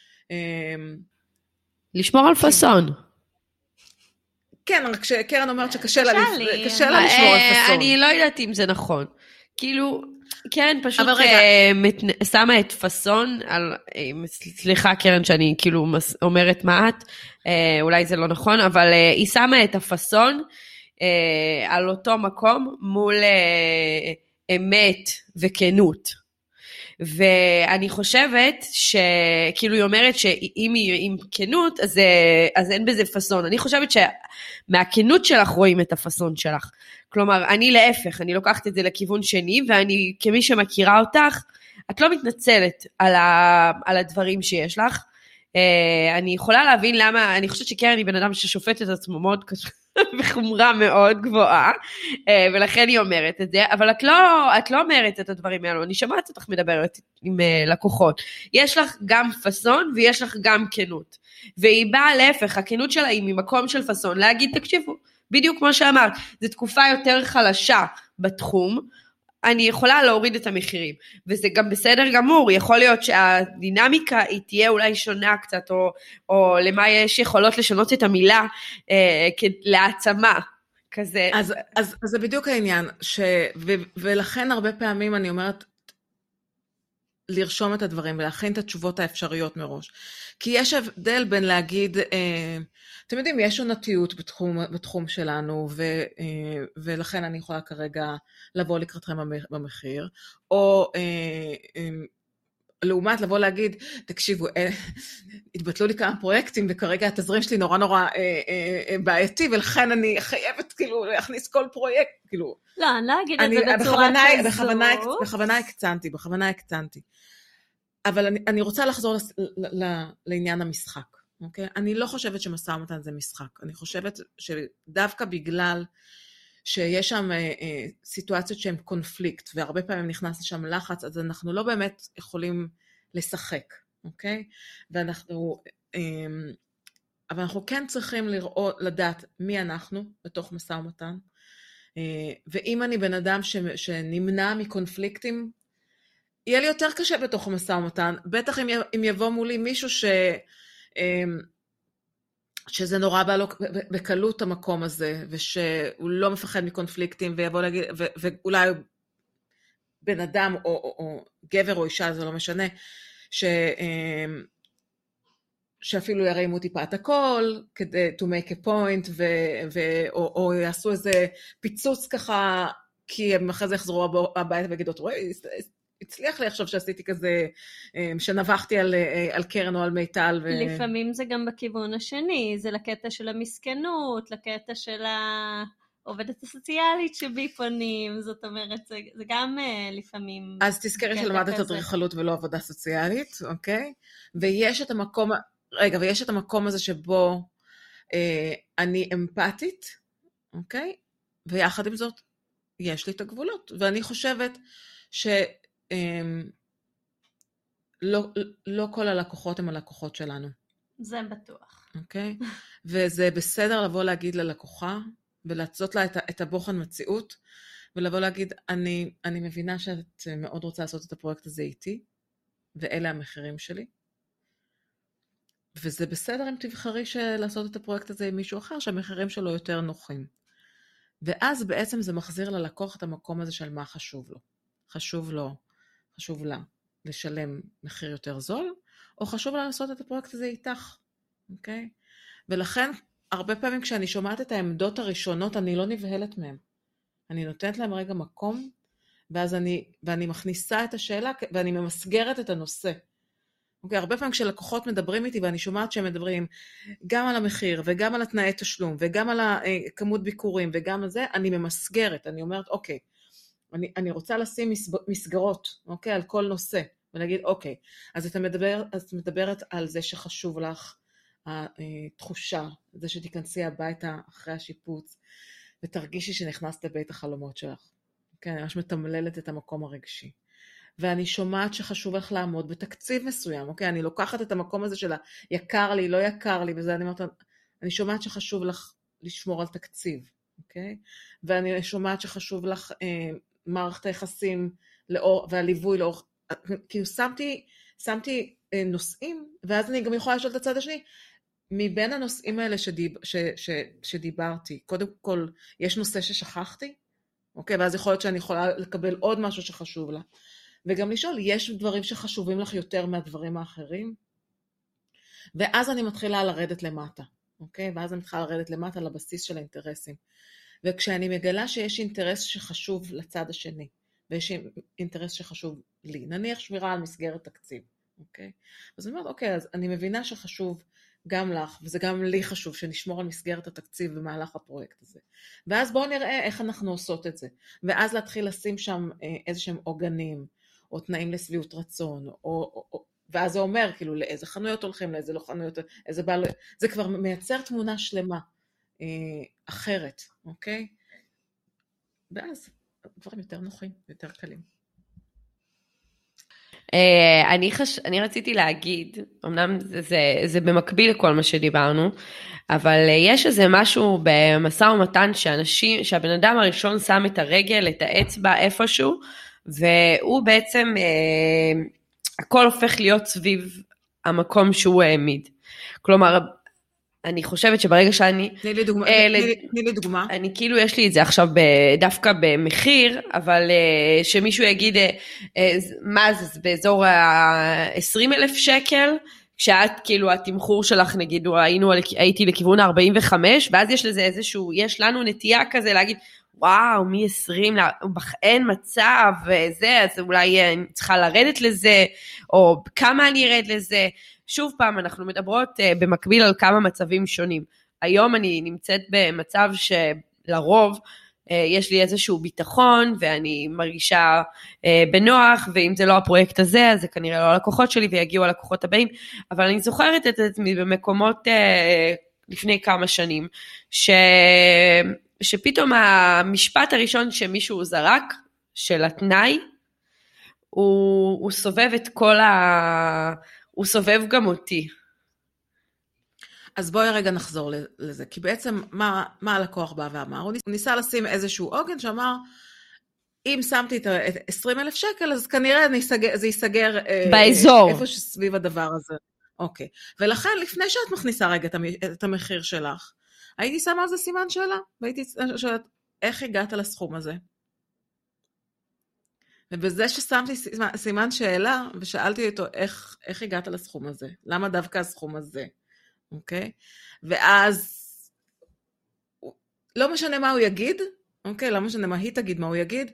לשמור על פסון. כן, רק שקרן אומרת שקשה לה לשמור על פסון. אני לא יודעת אם זה נכון. כאילו, קרן פשוט שמה את פסון, סליחה קרן שאני כאילו אומרת מעט, אולי זה לא נכון, אבל היא שמה את הפסון, על אותו מקום מול אמת וכנות. ואני חושבת שכאילו היא אומרת שאם היא עם כנות אז אין בזה פסון. אני חושבת שמהכנות שלך רואים את הפסון שלך. כלומר, אני להפך, אני לוקחת את זה לכיוון שני, ואני כמי שמכירה אותך, את לא מתנצלת על הדברים שיש לך. אני יכולה להבין למה, אני חושבת שקרן היא בן אדם ששופט את עצמו מאוד קשה. בחומרה מאוד גבוהה, ולכן היא אומרת את זה, אבל את לא אומרת את הדברים האלו, אני שמעת אותך מדברת עם לקוחות, יש לך גם פסון ויש לך גם כנות, והיא באה להפך, הכנות שלה היא ממקום של פסון, להגיד תקשיבו, בדיוק כמו שאמרת, זו תקופה יותר חלשה בתחום, אני יכולה להוריד את המחירים, וזה גם בסדר גמור, יכול להיות שהדינמיקה היא תהיה אולי שונה קצת, או למה יש יכולות לשנות את המילה להעצמה, כזה. אז זה בדיוק העניין, ולכן הרבה פעמים אני אומרת, לרשום את הדברים, ולהכין את התשובות האפשריות מראש, כי יש הבדל בין להגיד, אתם יודעים, יש עונתיות בתחום שלנו, ולכן אני יכולה כרגע לבוא לקראתכם במחיר, או לעומת לבוא להגיד, תקשיבו, התבטלו לי כמה פרויקטים, וכרגע התזרים שלי נורא נורא בעייתי, ולכן אני חייבת כאילו להכניס כל פרויקט, כאילו. לא, אני לא אגיד את זה בצורה כזו. בכוונה הקצנתי. אבל אני רוצה לחזור לעניין המשחק. אוקיי? אני לא חושבת שמשא ומתן זה משחק. אני חושבת שדווקא בגלל שיש שם סיטואציות שהן קונפליקט, והרבה פעמים נכנס לשם לחץ, אז אנחנו לא באמת יכולים לשחק. אוקיי? אבל אנחנו כן צריכים לדעת מי אנחנו בתוך משא ומתן, ואם אני בן אדם שנמנע מקונפליקטים, יהיה לי יותר קשה בתוך המשא ומתן, בטח אם יבוא מולי מישהו שזה נורא בא לו בקלות המקום הזה, ושהוא לא מפחד מקונפליקטים, ויבוא להגיד, ואולי בן אדם או גבר או אישה, זה לא משנה, שאפילו ירימו טיפה את הכל, כדי to make a point, או יעשו איזה פיצוץ ככה, כי הם אחרי זה יחזרו הבית ויגידו, רואי, הצליח לי עכשיו שעשיתי כזה, שנבחתי על קרן או על מיטל. לפעמים זה גם בכיוון השני, זה לקטע של המסכנות, לקטע של העובדת הסוציאלית שבי פונים, זאת אומרת, זה גם לפעמים... אז תזכרי שלמדת אדריכלות ולא עבודה סוציאלית, אוקיי? ויש את המקום הזה שבו אני אמפתית, אוקיי? ויחד עם זאת, יש לי את הגבולות, ואני חושבת לא כל הלקוחות הם הלקוחות שלנו. זה בטוח. אוקיי? וזה בסדר לבוא להגיד ללקוחה, ולעשות לה את הבוחן מציאות, ולבוא להגיד, אני מבינה שאת מאוד רוצה לעשות את הפרויקט הזה איתי, ואלה המחירים שלי. וזה בסדר אם תבחרי לעשות את הפרויקט הזה עם מישהו אחר, שהמחירים שלו יותר נוחים. ואז בעצם זה מחזיר ללקוח את המקום הזה של מה חשוב לו. חשוב לה לשלם מחיר יותר זול, או חשוב לה לעשות את הפרויקט הזה איתך, אוקיי? ולכן, הרבה פעמים כשאני שומעת את העמדות הראשונות, אני לא נבהלת מהן. אני נותנת להם רגע מקום, ואני מכניסה את השאלה, ואני ממסגרת את הנושא. אוקיי, הרבה פעמים כשלקוחות מדברים איתי, ואני שומעת שהם מדברים גם על המחיר, וגם על התנאי תשלום, וגם על כמות ביקורים, וגם על זה, אני ממסגרת, אני אומרת, אוקיי, אני רוצה לשים מסגרות, אוקיי, על כל נושא, ונגיד, אוקיי, אז את מדברת על זה שחשוב לך, התחושה, זה שתיכנסי הביתה אחרי השיפוץ, ותרגישי שנכנסת לבית החלומות שלך. אוקיי, אני ממש מתמללת את המקום הרגשי. ואני שומעת שחשוב לך לעמוד בתקציב מסוים, אוקיי? אני לוקחת את המקום הזה של יקר לי, לא יקר לי, וזה אני אומרת, אני שומעת שחשוב לך לשמור על תקציב, אוקיי? ואני שומעת שחשוב לך מערכת היחסים והליווי לאורך, כאילו שמתי נושאים, ואז אני גם יכולה לשאול את הצד השני, מבין הנושאים האלה שדיברתי, קודם כל, יש נושא ששכחתי, אוקיי? ואז יכול להיות שאני יכולה לקבל עוד משהו שחשוב לה. וגם לשאול, יש דברים שחשובים לך יותר מהדברים האחרים? ואז אני מתחילה לרדת למטה, אוקיי? ואז אני מתחילה לרדת למטה לבסיס של האינטרסים. וכשאני מגלה שיש אינטרס שחשוב לצד השני, ויש אינטרס שחשוב לי, נניח שמירה על מסגרת תקציב, אוקיי? אז אני אומרת, אוקיי, אז אני מבינה שחשוב גם לך, וזה גם לי חשוב שנשמור על מסגרת התקציב במהלך הפרויקט הזה. ואז בואו נראה איך אנחנו עושות את זה. ואז להתחיל לשים שם איזשהם עוגנים, או תנאים לשביעות רצון, ואז זה אומר, כאילו, לאיזה חנויות הולכים, לאיזה לא חנויות, איזה בעל, זה כבר מייצר תמונה שלמה, אחרת, אוקיי? ואז דברים יותר נוחים, יותר קלים. אני רציתי להגיד, אמנם זה במקביל לכל מה שדיברנו, אבל יש איזה משהו במשא ומתן שהבן אדם הראשון שם את הרגל, את האצבע איפשהו, והוא בעצם, הכל הופך להיות סביב המקום שהוא העמיד. כלומר, אני חושבת שברגע שאני... תני לי דוגמה. אני כאילו, יש לי את זה עכשיו דווקא במחיר, אבל שמישהו יגיד, מה זה באזור ה-20,000 שקל, כשאת כאילו התמחור שלך נגיד, הייתי לכיוון 45, ואז יש לזה איזשהו, יש לנו נטייה כזה להגיד, וואו, מ-20, אין מצב, וזה, אז אולי אני צריכה לרדת לזה, או כמה אני ארד לזה. שוב פעם, אנחנו מדברות במקביל על כמה מצבים שונים. היום אני נמצאת במצב שלרוב יש לי איזשהו ביטחון, ואני מרגישה בנוח, ואם זה לא הפרויקט הזה, אז זה כנראה לא הלקוחות שלי, ויגיעו הלקוחות הבאים, אבל אני זוכרת את עצמי במקומות לפני כמה שנים, שפתאום המשפט הראשון שמישהו זרק, של התנאי, הוא סובב את כל הוא סובב גם אותי. אז בואי רגע נחזור לזה, כי בעצם מה הלקוח בא ואמר? הוא ניסה לשים איזשהו עוגן שאמר, אם שמתי את 20,000 שקל, אז כנראה זה ייסגר באזור. איפה שסביב הדבר הזה. אוקיי. ולכן, לפני שאת מכניסה רגע את המחיר שלך, הייתי שמה על זה סימן שאלה, והייתי שואלת, איך הגעת לסכום הזה? ובזה ששמתי סימן שאלה, ושאלתי אותו, איך הגעת לסכום הזה? למה דווקא הסכום הזה? אוקיי? ואז, לא משנה מה הוא יגיד, אוקיי? לא משנה מה היא תגיד, מה הוא יגיד,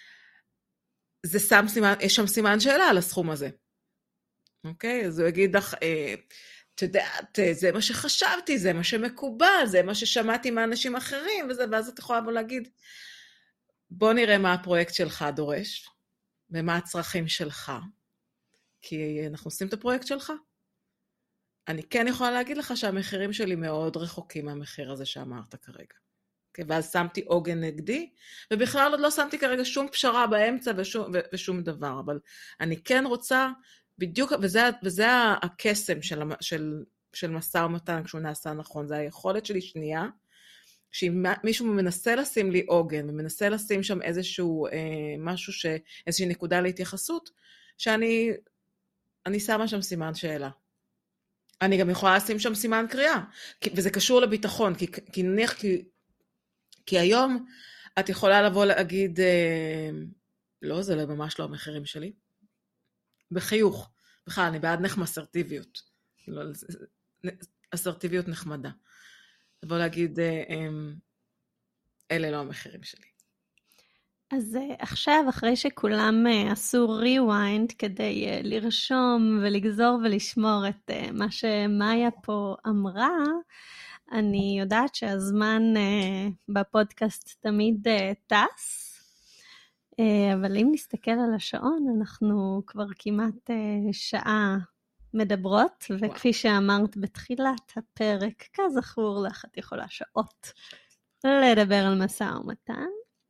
יש שם סימן שאלה על הסכום הזה. אוקיי? אז הוא יגיד לך, את יודעת, זה מה שחשבתי, זה מה שמקובל, זה מה ששמעתי מאנשים אחרים, ואז את יכולה בוא להגיד, בוא נראה מה הפרויקט שלך דורש, ומה הצרכים שלך, כי אנחנו עושים את הפרויקט שלך. אני כן יכולה להגיד לך שהמחירים שלי מאוד רחוקים מהמחיר הזה שאמרת כרגע. ואז שמתי עוגן נגדי, ובכלל עוד לא שמתי כרגע שום פשרה באמצע ושום דבר, אבל אני כן רוצה בדיוק, וזה הקסם של משא ומתן כשהוא נעשה נכון, זה היכולת שלי שנייה, שאם מישהו מנסה לשים לי עוגן, ומנסה לשים שם איזשהו משהו, איזושהי נקודה להתייחסות, שאני שמה שם סימן שאלה. אני גם יכולה לשים שם סימן קריאה, וזה קשור לביטחון, כי נניח, כי היום את יכולה לבוא להגיד, לא, זה ממש לא המחירים שלי. בחיוך. בכלל, אני בעד אסרטיביות. אסרטיביות נחמדה. לבוא להגיד, אלה לא המחירים שלי. אז עכשיו, אחרי שכולם עשו ריוויינד כדי לרשום ולגזור ולשמור את מה שמאיה פה אמרה, אני יודעת שהזמן בפודקאסט תמיד טס, אבל אם נסתכל על השעון, אנחנו כבר כמעט שעה מדברות, וכפי שאמרת בתחילת הפרק, כזכור לך, את יכולה שעות לדבר על משא ומתן.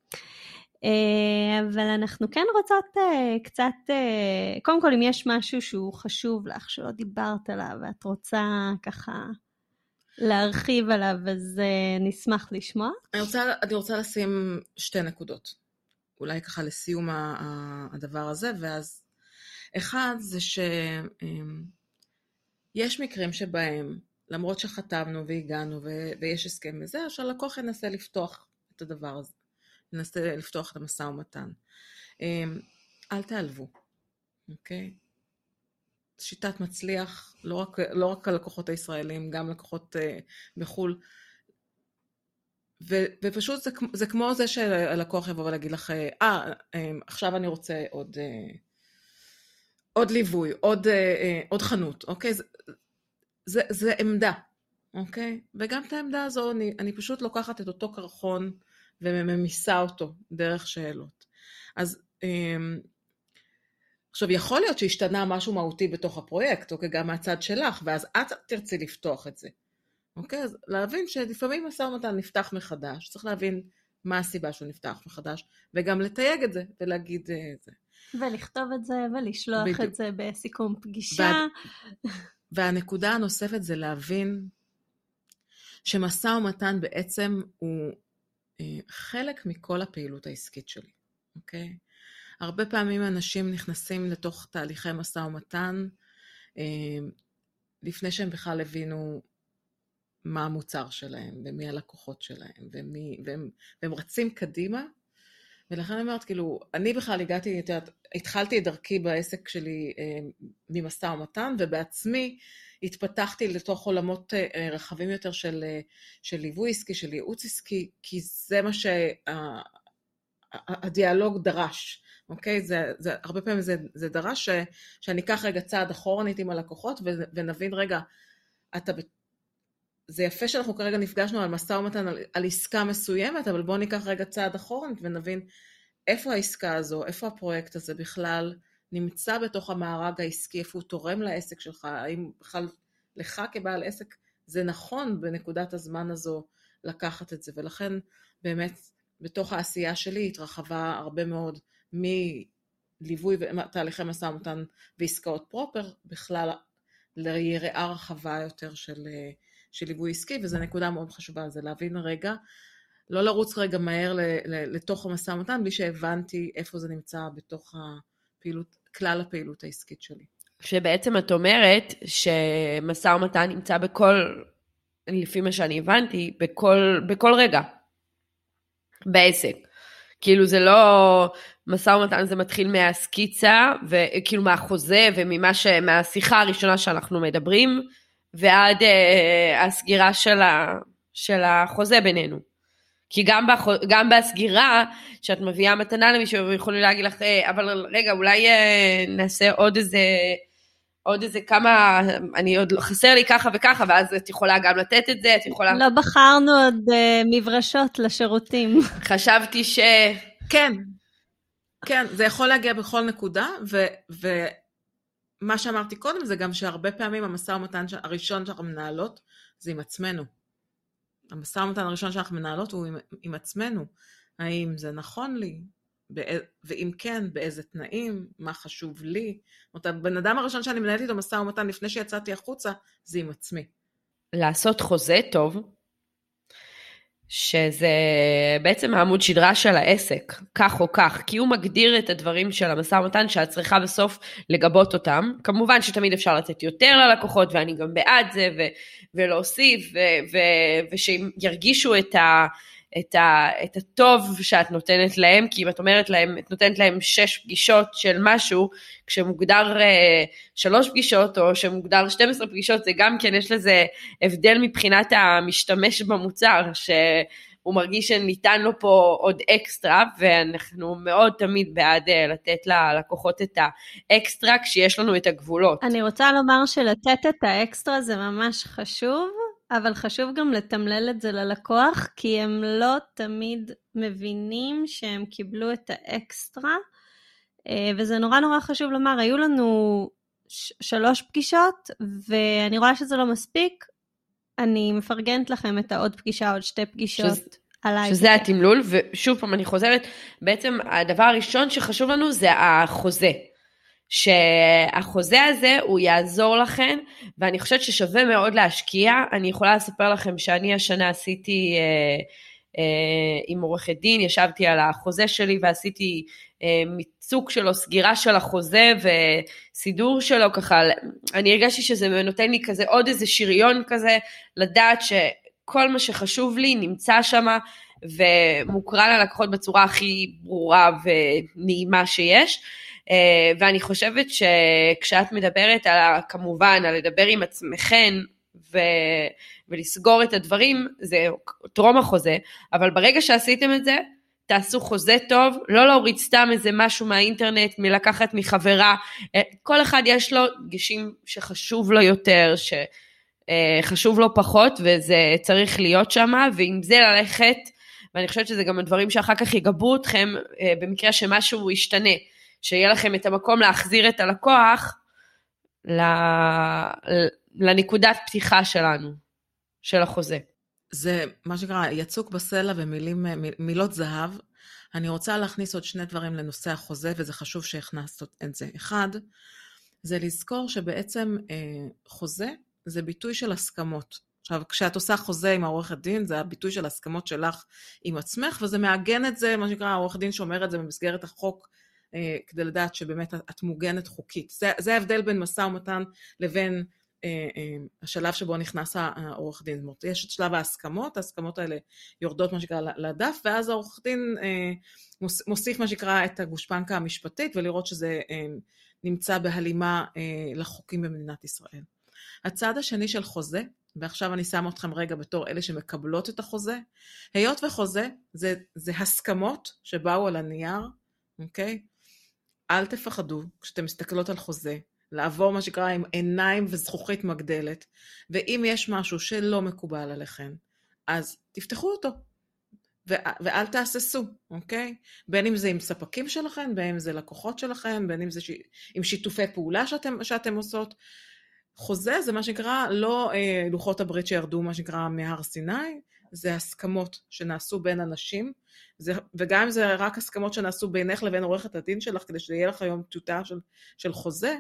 אבל אנחנו כן רוצות קצת, קודם כל אם יש משהו שהוא חשוב לך, שלא דיברת עליו, ואת רוצה ככה להרחיב עליו, אז נשמח לשמוע. אני רוצה לשים 2 נקודות, אולי ככה לסיום הדבר הזה, ואז אחד זה שיש מקרים שבהם, למרות שחתמנו והגענו ויש הסכם לזה, שהלקוח ינסה לפתוח את הדבר הזה. ננסה לפתוח את המשא ומתן. אל תעלבו, אוקיי? שיטת מצליח, לא רק הלקוחות הישראלים, גם לקוחות בחול. ופשוט זה כמו זה שהלקוח יבוא ולהגיד לך, עכשיו אני רוצה עוד ליווי, עוד חנות, אוקיי? זה עמדה, אוקיי? וגם את העמדה הזו, אני פשוט לוקחת את אותו קרחון, וממיסה אותו דרך שאלות. אז עכשיו יכול להיות שהשתנה משהו מהותי בתוך הפרויקט, אוקיי, גם מהצד שלך, ואז את תרצי לפתוח את זה. אוקיי, אז להבין שלפעמים משא ומתן נפתח מחדש, צריך להבין מה הסיבה שהוא נפתח מחדש, וגם לתייג את זה ולהגיד את זה. ולכתוב את זה ולשלוח בדיוק. את זה בסיכום פגישה. והנקודה הנוספת זה להבין שמשא ומתן בעצם הוא חלק מכל הפעילות העסקית שלי, אוקיי? הרבה פעמים אנשים נכנסים לתוך תהליכי משא ומתן, לפני שהם בכלל הבינו מה המוצר שלהם, ומי הלקוחות שלהם, והם רצים קדימה, ולכן אני אומרת, כאילו, אני בכלל התחלתי את דרכי בעסק שלי ממשא ומתן, ובעצמי התפתחתי לתוך עולמות רחבים יותר של ליווי עסקי, של ייעוץ עסקי, כי זה מה שהדיאלוג דרש, אוקיי? הרבה פעמים זה דרש שאני אקח רגע צעד אחורנית עם הלקוחות, ונבין רגע, זה יפה שאנחנו כרגע נפגשנו על משא ומתן, על עסקה מסוימת, אבל בואו ניקח רגע צעד אחורנית, ונבין איפה העסקה הזו, איפה הפרויקט הזה בכלל, נמצא בתוך המארג העסקי, איפה הוא תורם לעסק שלך, האם בכלל לך כבעל עסק זה נכון בנקודת הזמן הזו לקחת את זה, ולכן באמת בתוך העשייה שלי התרחבה הרבה מאוד מליווי ותהליכי משא ומתן ועסקאות פרופר, בכלל ליריעה רחבה יותר של ליווי עסקי, וזו נקודה מאוד חשובה, זה להבין רגע, לא לרוץ רגע מהר לתוך המשא ומתן, בלי שהבנתי איפה זה נמצא בתוך הפעילות, כלל הפעילות העסקית שלי. שבעצם את אומרת שמשא ומתן נמצא לפי מה שאני הבנתי, בכל רגע, בעסק. כאילו זה לא, משא ומתן זה מתחיל מהסקיצה, וכאילו מהחוזה, מהשיחה הראשונה שאנחנו מדברים, ועד הסגירה של החוזה בינינו. כי גם בסגירה, שאת מביאה מתנה למישהו, יכולים להגיד לך, אבל רגע, אולי נעשה עוד איזה כמה, אני עוד חסר לי ככה וככה, ואז את יכולה גם לתת את זה, את יכולה... לא בחרנו עוד מברשות לשירותים. חשבתי כן, זה יכול להגיע בכל נקודה, ומה שאמרתי קודם זה גם שהרבה פעמים המשא ומתן הראשון שאנחנו מנהלות, זה עם עצמנו. המשא ומתן הראשון שאנחנו מנהלות הוא עם עצמנו. האם זה נכון לי? ואם כן, באיזה תנאים? מה חשוב לי? בן אדם הראשון שאני מנהלת איתו משא ומתן לפני שיצאתי החוצה, זה עם עצמי. לעשות חוזה טוב, שזה בעצם העמוד שדרה של העסק, כך או כך, כי הוא מגדיר את הדברים של המשא ומתן שאת צריכה בסוף לגבות אותם. כמובן שתמיד אפשר לתת יותר ללקוחות, ואני גם בעד זה, ולהוסיף, ושירגישו את הטוב שאת נותנת להם, כי אם את אומרת להם, את נותנת להם 6 פגישות של משהו, כשמוגדר 3 פגישות, או שמוגדר 12 פגישות, זה גם כן, יש לזה הבדל מבחינת המשתמש במוצר, שהוא מרגיש שניתן לו פה עוד אקסטרה, ואנחנו מאוד תמיד בעד לתת ללקוחות את האקסטרה, כשיש לנו את הגבולות. אני רוצה לומר שלתת את האקסטרה זה ממש חשוב, אבל חשוב גם לתמלל את זה ללקוח, כי הם לא תמיד מבינים שהם קיבלו את האקסטרה, וזה נורא נורא חשוב לומר, היו לנו 3 פגישות, ואני רואה שזה לא מספיק, אני מפרגנת לכם את העוד פגישה, עוד 2 פגישות עליי. שזה התמלול, ושוב פעם אני חוזרת, בעצם הדבר הראשון שחשוב לנו זה החוזה. שהחוזה הזה הוא יעזור לכם, ואני חושבת ששווה מאוד להשקיע. אני יכולה לספר לכם שאני השנה עשיתי עם עורכת דין, ישבתי על החוזה שלי ועשיתי מיצוק שלו, סגירה של החוזה וסידור שלו ככה, אני הרגשתי שזה נותן לי כזה עוד איזה שריון כזה, לדעת שכל מה שחשוב לי נמצא שם, ומוקרא ללקוחות בצורה הכי ברורה ונעימה שיש. ואני חושבת שכשאת מדברת על, כמובן, על לדבר עם עצמכם ולסגור את הדברים, זה טרום החוזה, אבל ברגע שעשיתם את זה, תעשו חוזה טוב, לא להוריד סתם איזה משהו מהאינטרנט, מלקחת מחברה, כל אחד יש לו דגשים שחשוב לו יותר, שחשוב לו פחות, וזה צריך להיות שם, ועם זה ללכת, ואני חושבת שזה גם הדברים שאחר כך יגבו אתכם, במקרה שמשהו ישתנה, שיהיה לכם את המקום להחזיר את הלקוח לנקודת פתיחה שלנו, של החוזה. זה מה שקרה, יצוק בסלע ומילות זהב. אני רוצה להכניס עוד 2 דברים לנושא החוזה, וזה חשוב שהכנסת את זה. אחד, זה לזכור שבעצם חוזה זה ביטוי של הסכמות. עכשיו, כשאת עושה חוזה עם העורכת דין, זה הביטוי של הסכמות שלך עם עצמך, וזה מעגן את זה, מה שנקרא, העורכת דין שומר את זה במסגרת החוק, כדי לדעת שבאמת את מוגנת חוקית. זה ההבדל בין משא ומתן לבין השלב שבו נכנס העורך דין. יש את שלב ההסכמות, ההסכמות האלה יורדות מה שקרה לדף, ואז העורך דין מוסיף מה שקרה את הגושפנקה המשפטית, ולראות שזה נמצא בהלימה לחוקים במדינת ישראל. הצד השני של חוזה, ועכשיו אני שם אתכם רגע בתור אלה שמקבלות את החוזה, היות וחוזה זה הסכמות שבאו על הנייר, אוקיי? אל תפחדו כשאתם מסתכלות על חוזה, לעבור מה שקרה עם עיניים וזכוכית מגדלת, ואם יש משהו שלא מקובל עליכם, אז תפתחו אותו, ואל תעשסו, אוקיי? בין אם זה עם ספקים שלכם, בין אם זה לקוחות שלכם, בין אם זה עם שיתופי פעולה שאתם עושות. חוזה זה מה שקרה, לא לוחות הברית שירדו מה שקרה מהר סיני, זה הסכמות שנעשו בין אנשים, וגם אם זה רק הסכמות שנעשו בינך לבין עורכת הדין שלך, כדי שיהיה לך היום טיוטה של חוזה,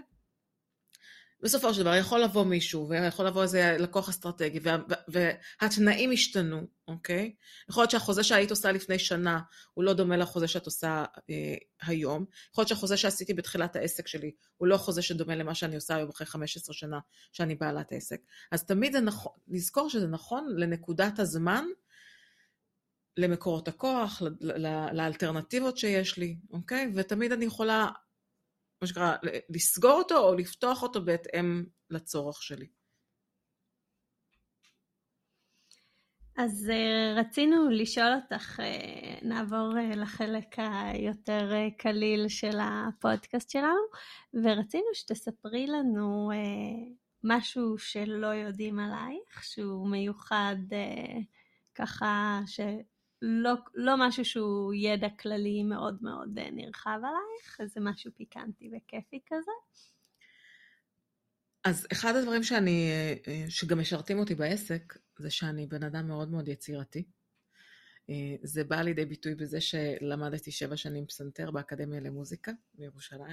בסופו של דבר יכול לבוא מישהו, ויכול לבוא איזה לקוח אסטרטגי, והתנאים השתנו, אוקיי? יכול להיות שהחוזה שהיית עושה לפני שנה, הוא לא דומה לחוזה שאת עושה היום, יכול להיות שהחוזה שעשיתי בתחילת העסק שלי, הוא לא חוזה שדומה למה שאני עושה היום אחרי 15 שנה, שאני בעלת העסק. אז תמיד זה נכון, לזכור שזה נכון לנקודת הזמן, למקורות הכוח, לאלטרנטיבות שיש לי, אוקיי? ותמיד אני יכולה, מה שקרה, לסגור אותו או לפתוח אותו בהתאם לצורך שלי. אז רצינו לשאול אותך, נעבור לחלק היותר קליל של הפודקאסט שלנו, ורצינו שתספרי לנו משהו שלא יודעים עלייך, שהוא מיוחד ככה, לא משהו שהוא ידע כללי מאוד מאוד נרחב עלייך, זה משהו פיקנטי וכיפי כזה. אז אחד הדברים שגם משרתים אותי בעסק, זה שאני בן אדם מאוד מאוד יצירתי. זה בא לידי ביטוי בזה שלמדתי 7 שנים פסנתר באקדמיה למוזיקה בירושלים.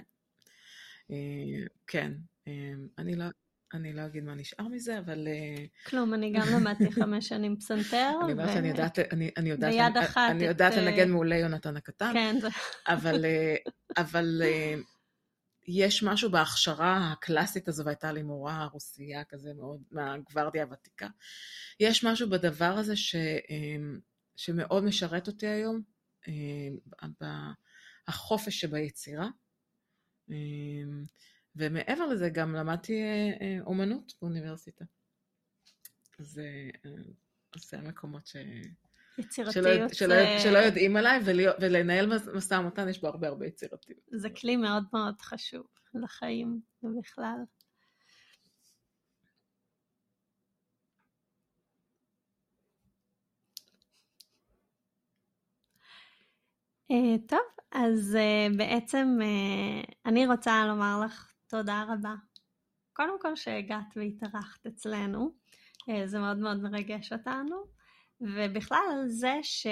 כן, אני לא אגיד מה נשאר מזה, אבל... כלום, אני גם למדתי 5 שנים פסנתר. אני אומרת שאני יודעת לנגן מעולה יונתן הקטן. כן, זה... אבל יש משהו בהכשרה הקלאסית הזו, והייתה לי מורה רוסייה כזה מאוד, מהגוורדיה הוותיקה. יש משהו בדבר הזה שמאוד משרת אותי היום, החופש שביצירה, ומעבר לזה גם למדתי אומנות באוניברסיטה. זה המקומות שלא יודעים עליי, ולנהל משא ומתן יש בו הרבה יצירתיות. זה כלי מאוד מאוד חשוב לחיים ובכלל. טוב, אז בעצם אני רוצה לומר לך תודה רבה. קודם כל שהגעת והתארחת אצלנו, זה מאוד מאוד מרגש אותנו, ובכלל על זה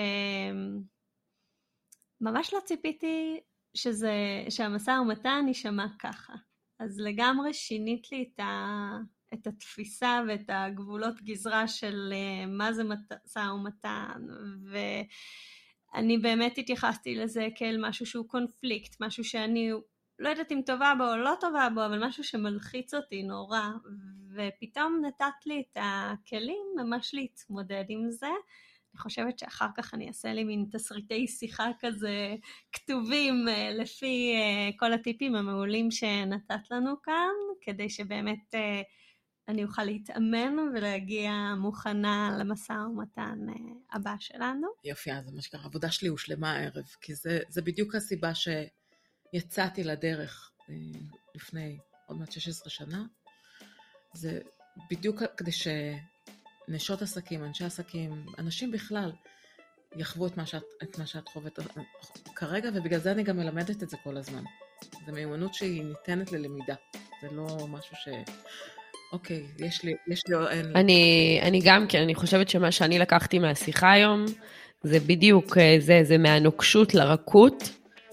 שממש לא ציפיתי שהמשא ומתן יישמע ככה. אז לגמרי שינית לי את התפיסה ואת הגבולות גזרה של מה זה משא ומתן, אני באמת התייחסתי לזה כאל משהו שהוא קונפליקט, משהו שאני לא יודעת אם טובה בו או לא טובה בו, אבל משהו שמלחיץ אותי נורא, ופתאום נתת לי את הכלים ממש להתמודד עם זה. אני חושבת שאחר כך אני אעשה לי מין תסריטי שיחה כזה כתובים לפי כל הטיפים המעולים שנתת לנו כאן, כדי שבאמת אני אוכל להתאמן ולהגיע מוכנה למשא ומתן הבא שלנו. יופי, אז מה שקרה, העבודה שלי הושלמה הערב, כי זה בדיוק הסיבה שיצאתי לדרך לפני עוד מעט 16 שנה. זה בדיוק כדי שנשות עסקים, אנשי עסקים, אנשים בכלל, יחוו את מה שאת חווית כרגע, ובגלל זה אני גם מלמדת את זה כל הזמן. זו מיומנות שהיא ניתנת ללמידה. זה לא משהו אוקיי, יש לי או אין לי. אני גם כן, אני חושבת שמה שאני לקחתי מהשיחה היום, זה בדיוק זה מהנוקשות לרכות,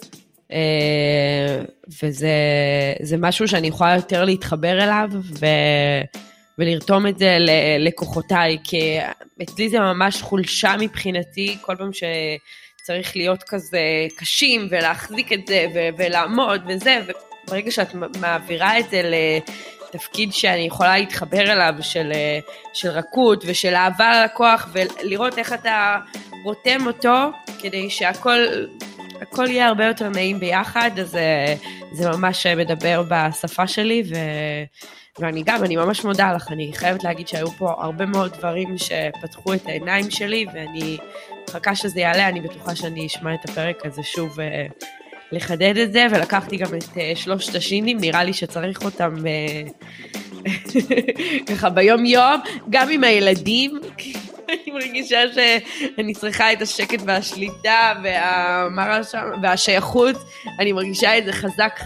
וזה משהו שאני יכולה יותר להתחבר אליו, ולרתום את זה ללקוחותיי, כי אצלי זה ממש חולשה מבחינתי, כל פעם שצריך להיות כזה קשים, ולהחזיק את זה, ולעמוד וזה, וברגע שאת מעבירה את זה תפקיד שאני יכולה להתחבר אליו של רכות ושל אהבה ללקוח, ולראות איך אתה רותם אותו, כדי שהכל יהיה הרבה יותר נעים ביחד, אז זה ממש מדבר בשפה שלי, אני ממש מודה לך, אני חייבת להגיד שהיו פה הרבה מאוד דברים שפתחו את העיניים שלי, ואני מחכה שזה יעלה, אני בטוחה שאני אשמע את הפרק הזה שוב לחדד את זה, ולקחתי גם את 3 השינים, נראה לי שצריך אותם ככה ביום יום, גם עם הילדים, אני מרגישה שאני צריכה את השקט והשליטה והשייכות, אני מרגישה את זה חזק,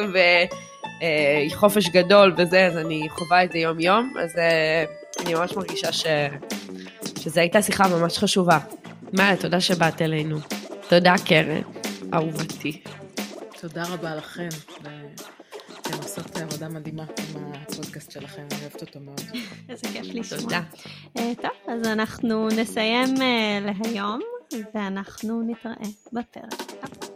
וחופש גדול וזה, אז אני חווה את זה יום יום, אז אני ממש מרגישה שזו הייתה שיחה ממש חשובה. מאיה, תודה שבאת אלינו. תודה קרן. אהובתי. תודה רבה לכם, אתם עושות עבודה מדהימה עם הפודקאסט שלכם, אני אוהבת אותו מאוד. איזה כיף לשמוע. תודה. טוב, אז אנחנו נסיים להיום, ואנחנו נתראה בפרק הבא.